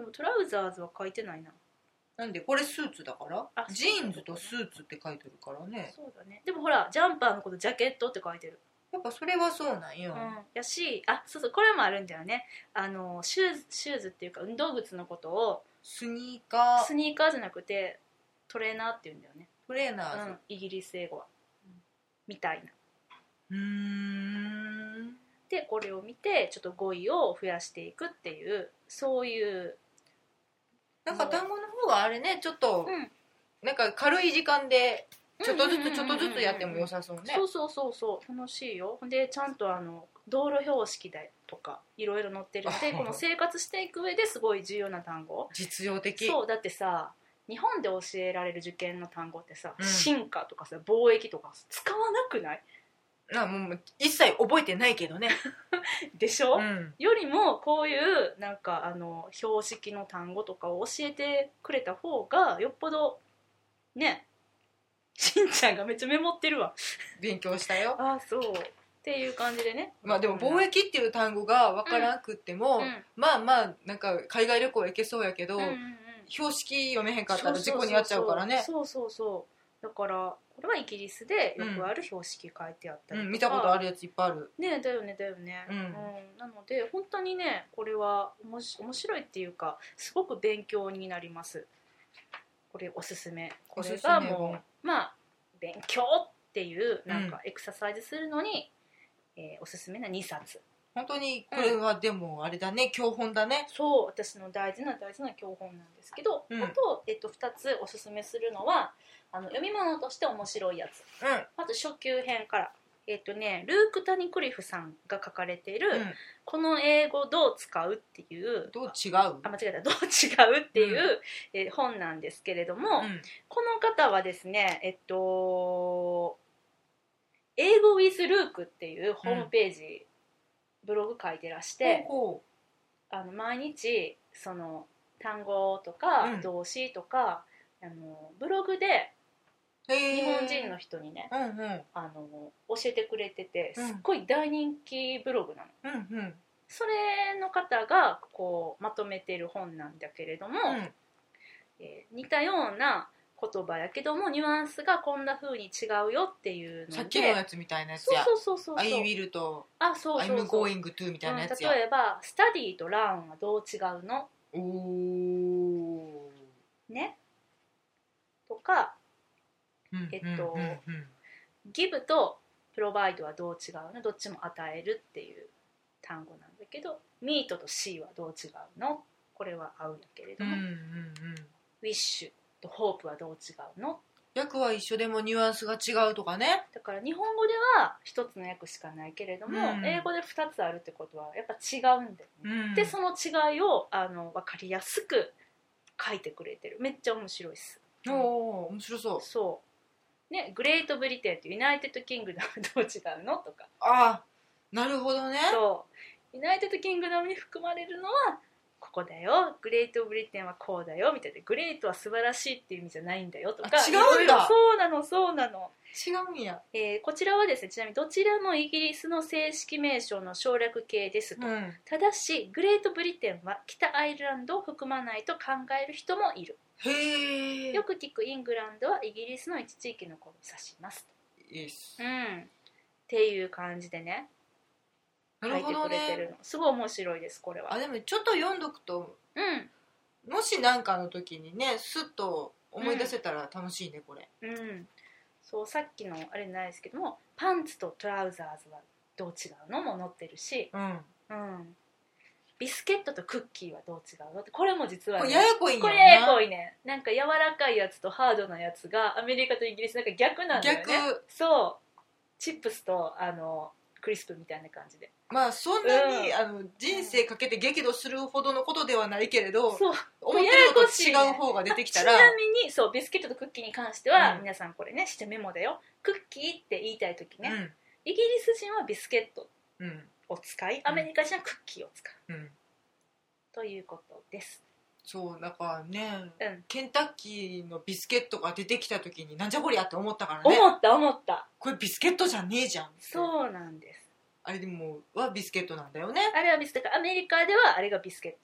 でもトラウザーズは書いてないな。 なんでこれスーツだからジーンズとスーツって書いてるからね。 そうだね。でもほらジャンパーのことジャケットって書いてる。 やっぱそれはそうなんよ、 うん、やし、あ、そうそう、これもあるんだよね。あのシューズ、シューズっていうか運動靴のことをスニーカースニーカーじゃなくてトレーナーって言うんだよね。 トレーナーズ、 うん、イギリス英語は、うん、みたいな。 うーんでこれを見てちょっと語彙を増やしていくっていうそういうなんか単語の方があれねちょっと、 うん、 なんか軽い時間でちょっとずつちょっとずつやっても良さそうね。 そうそうそうそう楽しいよ。でちゃんとあの道路標識だとかいろいろ載ってるのでこの生活していく上ですごい重要な単語。 実用的。 そうだってさ日本で教えられる受験の単語ってさ、うん、進化とかさ貿易とか使わなくない？ なもう一切覚えてないけどねでしょ、 うん、 よりもこういうなんかあの標識の単語とかを教えてくれた方がよっぽどね。しんちゃんがめっちゃメモってるわ。 勉強したよ。 あそうっていう感じでね。 まあでも貿易っていう単語が分からなくっても、うん、まあまあなんか海外旅行は行けそうやけど、うんうんうん、標識読めへんかったら事故に遭っちゃうからね。 そうそうそうだからこれはイギリスでよくある標識書いてあったりとか、 うんうん、見たことあるやついっぱいあるね。だよねだよね、うんうん、なので本当にねこれはおもし面白いっていうかすごく勉強になります。これおすすめ。これがもうまあ勉強っていうなんかエクササイズするのに、うんえー、おすすめなにさつ。 本当にこれはでもあれだね、うん、教本だね。 そう私の大事な大事な教本なんですけど、うん、あと、えっと、ふたつおすすめするのはあの読み物として面白いやつ、うん、まず初級編からえっとねルーク・タニクリフさんが書かれている、うん、この英語どう使うっていうどう違うあ間違えたどう違うっていう、うんえー、本なんですけれども、うん、この方はですねえっと英語 with ルークっていうホームページ、うん、ブログ書いてらして、 ほうほうあの毎日その単語とか動詞とか、うん、あのブログで日本人の人にね、うんうん、あの教えてくれててすっごい大人気ブログなの、うんうん、それの方がこうまとめてる本なんだけれども、うんえー、似たような言葉やけどもニュアンスがこんな風に違うよっていうのでさっきのやつみたいなやつやそうそうそうそう I will とあそうそうそう I'm going to みたいなやつや、 うん、例えばスタディとラーンはどう違うのおねとかえっと、うんうんうん、ギブとプロバイドはどう違うのどっちも与えるっていう単語なんだけどミートとシーはどう違うのこれは合うんだけれども、うんうんうん、ウィッシュとホープはどう違うの訳は一緒でもニュアンスが違うとかね。 だから日本語では一つの訳しかないけれども、うん、英語でふたつあるってことはやっぱ違うんだよね、うん、でその違いをあの分かりやすく書いてくれてる。めっちゃ面白いです。 おお面白そう。 そうね、グレートブリテンとユナイテッドキングダムどう違うのとか。 ああなるほどね。 そうユナイテッドキングダムに含まれるのはここだよ、グレートブリテンはこうだよみたいな、グレートは素晴らしいっていう意味じゃないんだよとか。 違うんだ。 そうなのそうなの違うんや、 えー、こちらはですねちなみにどちらもイギリスの正式名称の省略形ですと、うん、ただしグレートブリテンは北アイルランドを含まないと考える人もいる。 へえ。 よく聞くイングランドはイギリスの一地域のことを指しますと、 yes. うん、っていう感じでね書いてくれてるの、ね、すごい面白いですこれは。 あでもちょっと読んどくと、うん、もし何かの時にねスッと思い出せたら楽しいね、うん、これ、 うん、そうさっきのあれないですけどもパンツとトラウザーズはどう違うのも載ってるし、うんうん、ビスケットとクッキーはどう違うのってこれも実は、ね、 これややこいんやな。 これややこいね。なんか柔らかいやつとハードなやつがアメリカとイギリスなんか逆なんだよね。 逆。 そうチップスとあのクリスプみたいな感じで、 まあそんなに、うん、あの人生かけて激怒するほどのことではないけれど、 そう思ってるのと違う方が出てきたら、 ちなみにそうビスケットとクッキーに関しては、うん、皆さんこれねしてメモだよ。クッキーって言いたいときね、うん、イギリス人はビスケットを使い、うん、アメリカ人はクッキーを使う、うん、ということです。 そうだからね、うん、ケンタッキーのビスケットが出てきた時になんじゃこりゃって思ったからね。 思った思った。 これビスケットじゃねえじゃん。 そうなんです。 あれでもはビスケットなんだよね。 あれはビスケット。アメリカではあれがビスケット。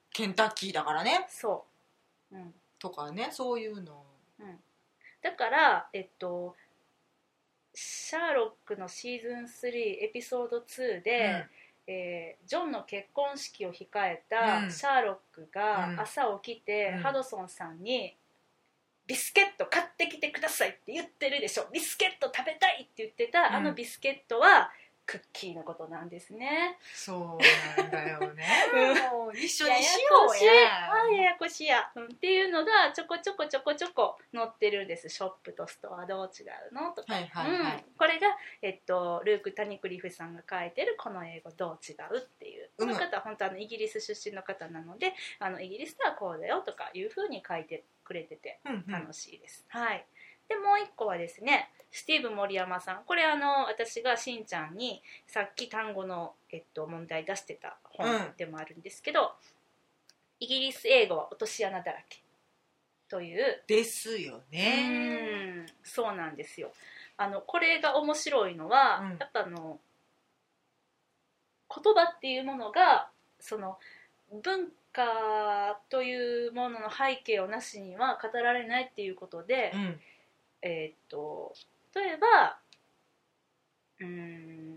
ケンタッキーだからね。 そう、うん、 とかね、そういうの、 うん、だからえっとシャーロックのシーズンスリーエピソードツーで、うん、えー、ジョンの結婚式を控えたシャーロックが朝起きて、うん、ハドソンさんにビスケット買ってきてくださいって言ってるでしょ、ビスケット食べたいって言ってた、うん、あのビスケットはクッキーのことなんですね。 そうなんだよねもう一緒にしようや。あ、ややこしいや、うん、っていうのがちょこちょこちょこちょこ載ってるんです。ショップとストアどう違うのとか、はいはいはい、うん、これが、えっと、ルーク・タニクリフさんが書いてるこの英語どう違うっていう、この方は本当あのイギリス出身の方なので、あのイギリスではこうだよとかいう風に書いてくれてて楽しいです、うんうん、はい。でもう一個はですね、スティーブ森山さん、これあの私がしんちゃんにさっき単語の、えっと、問題出してた本でもあるんですけど、うん、イギリス英語は落とし穴だらけというですよね。 うん、そうなんですよ。あのこれが面白いのは、うん、やっぱあの言葉っていうものがその文化というものの背景をなしには語られないっていうことで、うん、えー、っと例えばうーん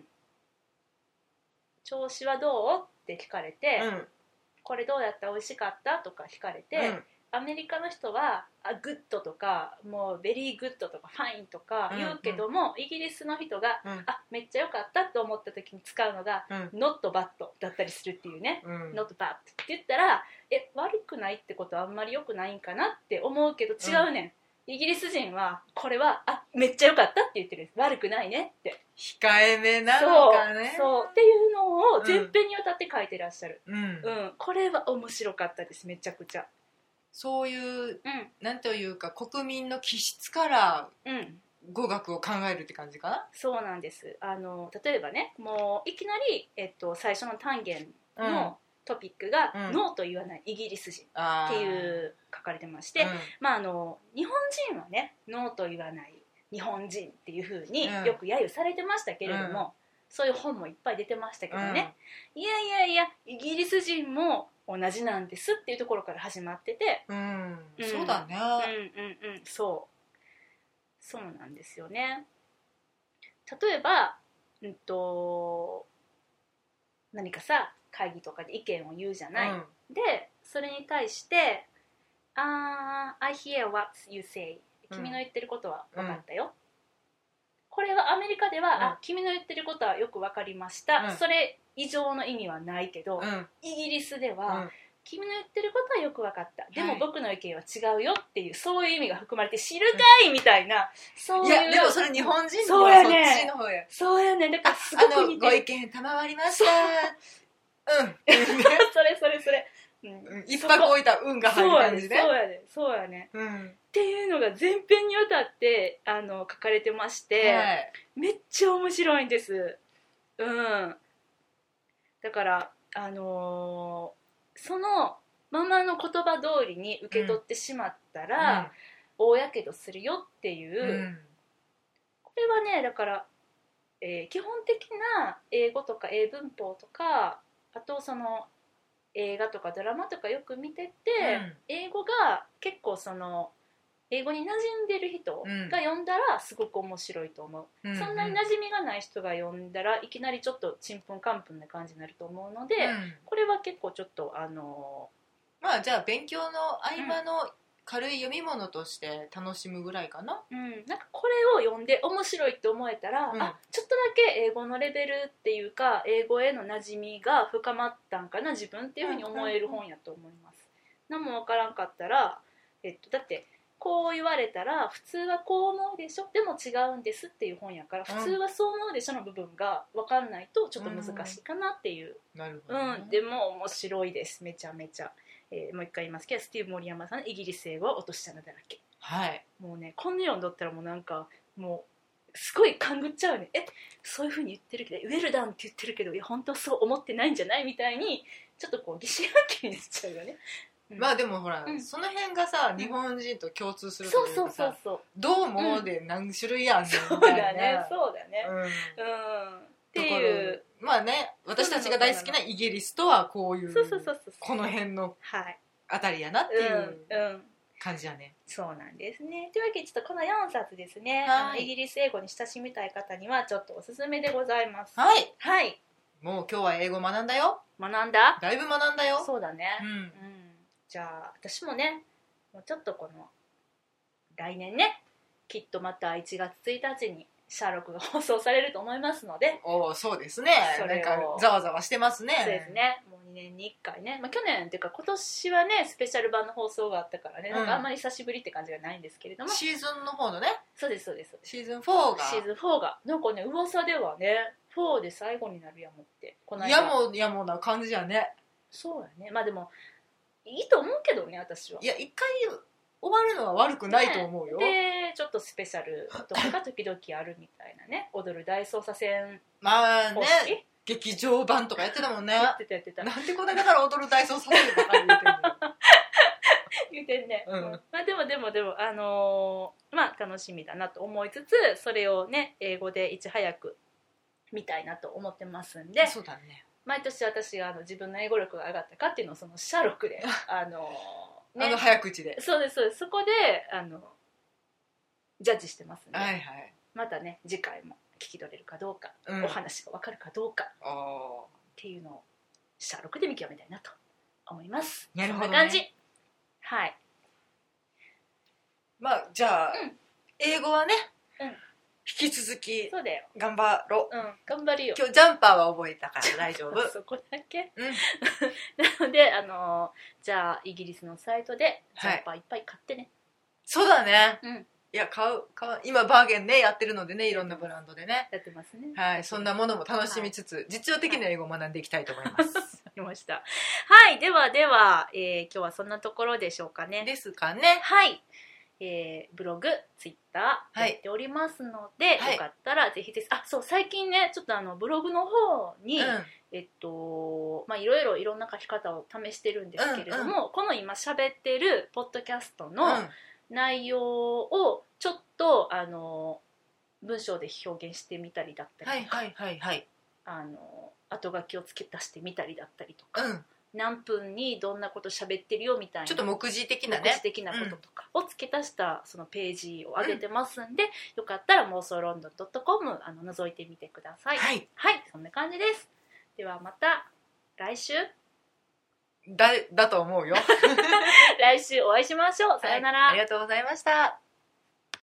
調子はどうって聞かれて、うん、これどうやった美味しかったとか聞かれて、うん、アメリカの人はあグッドとかもうベリーグッドとかファインとか言うけども、うんうん、イギリスの人が、うん、あめっちゃ良かったと思った時に使うのが、うん、not bad だったりするっていうね、うん、not bad って言ったらえ悪くないってことはあんまり良くないんかなって思うけど違うねん、うんイギリス人はこれはあめっちゃ良かったって言ってるんです。悪くないねって控えめなのかね。 そう、そうっていうのを前編にわたって書いてらっしゃる、 うんうん、 これは面白かったです。めちゃくちゃそういう、うん、なんというか国民の気質から語学を考えるって感じかな。 そうなんです。あの例えばねもういきなり、えっと、最初の単元のトピックが、うん、ノーと言わないイギリス人っていう書かれてまして、うんまあ、あの日本人はねノーと言わない日本人っていう風によく揶揄されてましたけれども、うん、そういう本もいっぱい出てましたけどね、うん、いやいやいやイギリス人も同じなんですっていうところから始まってて、 うんうん、そうだね、 うんうんうん、そうそうなんですよね。例えば、うんと、何かさ会議とかで意見を言うじゃない、うん、でそれに対してあ、uh, I hear what you say、うん、君の言ってることは分かったよ、うん、これはアメリカでは、うん、あ君の言ってることはよく分かりました、うん、それ以上の意味はないけど、うん、イギリスでは、うん、君の言ってることはよく分かった、でも僕の意見は違うよっていうそういう意味が含まれて知るかい、うん、みたいな、そういう。いやでもそれ日本人のそうやねそっちの方やそうやねだからすごく似てる。 あのご意見賜りましたうんそれそれそれ、 うん、一泊置いた運が入る感じで、 そうやねそうやね、そうやね、うん、っていうのが前編にわたってあの書かれてまして、はい、めっちゃ面白いんです。うんだからあのー、そのままの言葉通りに受け取ってしまったら、うん、大やけどするよっていう、うん、これはねだから、えー、基本的な英語とか英文法とかあとその映画とかドラマとかよく見てて、うん、英語が結構その英語に馴染んでる人が読んだらすごく面白いと思う、うん、そんなに馴染みがない人が読んだらいきなりちょっとちんぷんかんぷんな感じになると思うので、うん、これは結構ちょっとあのまあじゃあ勉強の合間の軽い読み物として楽しむぐらいかな、 うん、なんかこれを読んで面白いって思えたら、うん、あちょっとだけ英語のレベルっていうか英語への馴染みが深まったんかな自分っていうふうに思える本やと思います、うんうん、何もわからんかったら、えっと、だってこう言われたら普通はこう思うでしょでも違うんですっていう本やから普通はそう思うでしょの部分が分かんないとちょっと難しいかなっていう、 うんなるほどね、 うん、でも面白いですめちゃめちゃ、えー、もう一回言いますけどスティーブ・森山さんのイギリス英語は落とし穴だらけ、 はい、 もうねこんな読んどったらもうなんかもうすごい勘ぐっちゃうねえそういう風に言ってるけどウェルダンって言ってるけどいや本当はそう思ってないんじゃないみたいにちょっとこう疑心暗鬼になっちゃうよねまあでもほら、うん、その辺がさ、うん、日本人と共通するというかさ、 そうそうそうそうどうもで何種類あんねんみたいな、 そうだねそうだね、うん、うん、 っていうまあね、私たちが大好きなイギリスとはこういうこの辺のあたりやなっていう感じやね、 うんうん、そうなんですね。というわけでちょっとこのよんさつですね、あのイギリス英語に親しみたい方にはちょっとおすすめでございます。 はい、 はい、 もう今日は英語学んだよ。 学んだ？ だいぶ学んだよ。 そうだね、 うんうん、 じゃあ私もね、もうちょっとこの来年ね、きっとまたいちがつついたちにシャーロックが放送されると思いますので。 お、そうですね。なんかざわざわしてますね。 そうですね。もうにねんにいっかいね、まあ、去年っていうか今年はねスペシャル版の放送があったからね、うん、なんかあんまり久しぶりって感じがないんですけれども、 シーズンの方のね。 そうですそうです。 シーズンフォーがシーズンフォーがなんかね噂ではねフォーで最後になるやもってこの間やもやもな感じじゃね。 そうやね。まあでもいいと思うけどね私は。 いや一回終わるのは悪くないと思うよ、 ね、でちょっとスペシャルとかが時々あるみたいなね踊る大捜査線まあね劇場版とかやってたもんね。 やってたやってた。 なんでこんなだから踊る大捜査線とか言うてんの言うてんね、 うん、 まあでもでもでもあのー、まあ楽しみだなと思いつつそれをね英語でいち早く見たいなと思ってますんで。 そうだね。 毎年私があの自分の英語力が上がったかっていうのをそのシャーロックであのーね、 あの早口で。 そうですそうです。そこであのジャッジしてますので、 はいはい、 またね次回も聞き取れるかどうか、 うん、 お話が分かるかどうかっていうのをシャーロックで見極めたいなと思います。 なるほどね。 そんな感じ。はい。 まあじゃあ、うん、英語はね、 うん、 引き続きそうだよ頑張ろう。 うん、頑張るよ。 今日ジャンパーは覚えたから大丈夫。 そこだけ、 うん、 なのであのじゃあイギリスのサイトでジャンパーいっぱい買ってね、はい、 そうだね、 うん、 いや買う買う。今バーゲンねやってるのでね、いろんなブランドでねやってますね。 はい、そんなものも楽しみつつ、はい、実用的な英語を学んでいきたいと思います。わかりました。はい、ではでは、えー、今日はそんなところでしょうかね。 ですかね。 はい。えー、ブログ、ツイッターやっておりますので、はい、よかったらぜひぜひ、あ、そう最近ねちょっとあのブログの方に、うん、えっとまあいろいろいろんな書き方を試してるんですけれども、うんうん、この今喋ってるポッドキャストの内容をちょっとあの文章で表現してみたりだったりとか、 はいはいはいはい、 あの後書きを付け足してみたりだったりとか。 うん、 何分にどんなこと喋ってるよみたいなちょっと目次的なね目次的なこととかを付け足したそのページを上げてますんで、うん、よかったら妄想ロンドン ドットコム あの覗いてみてください。 はい、 はい、そんな感じです。ではまた来週だ, だと思うよ来週お会いしましょう。さよなら、はい、 ありがとうございました。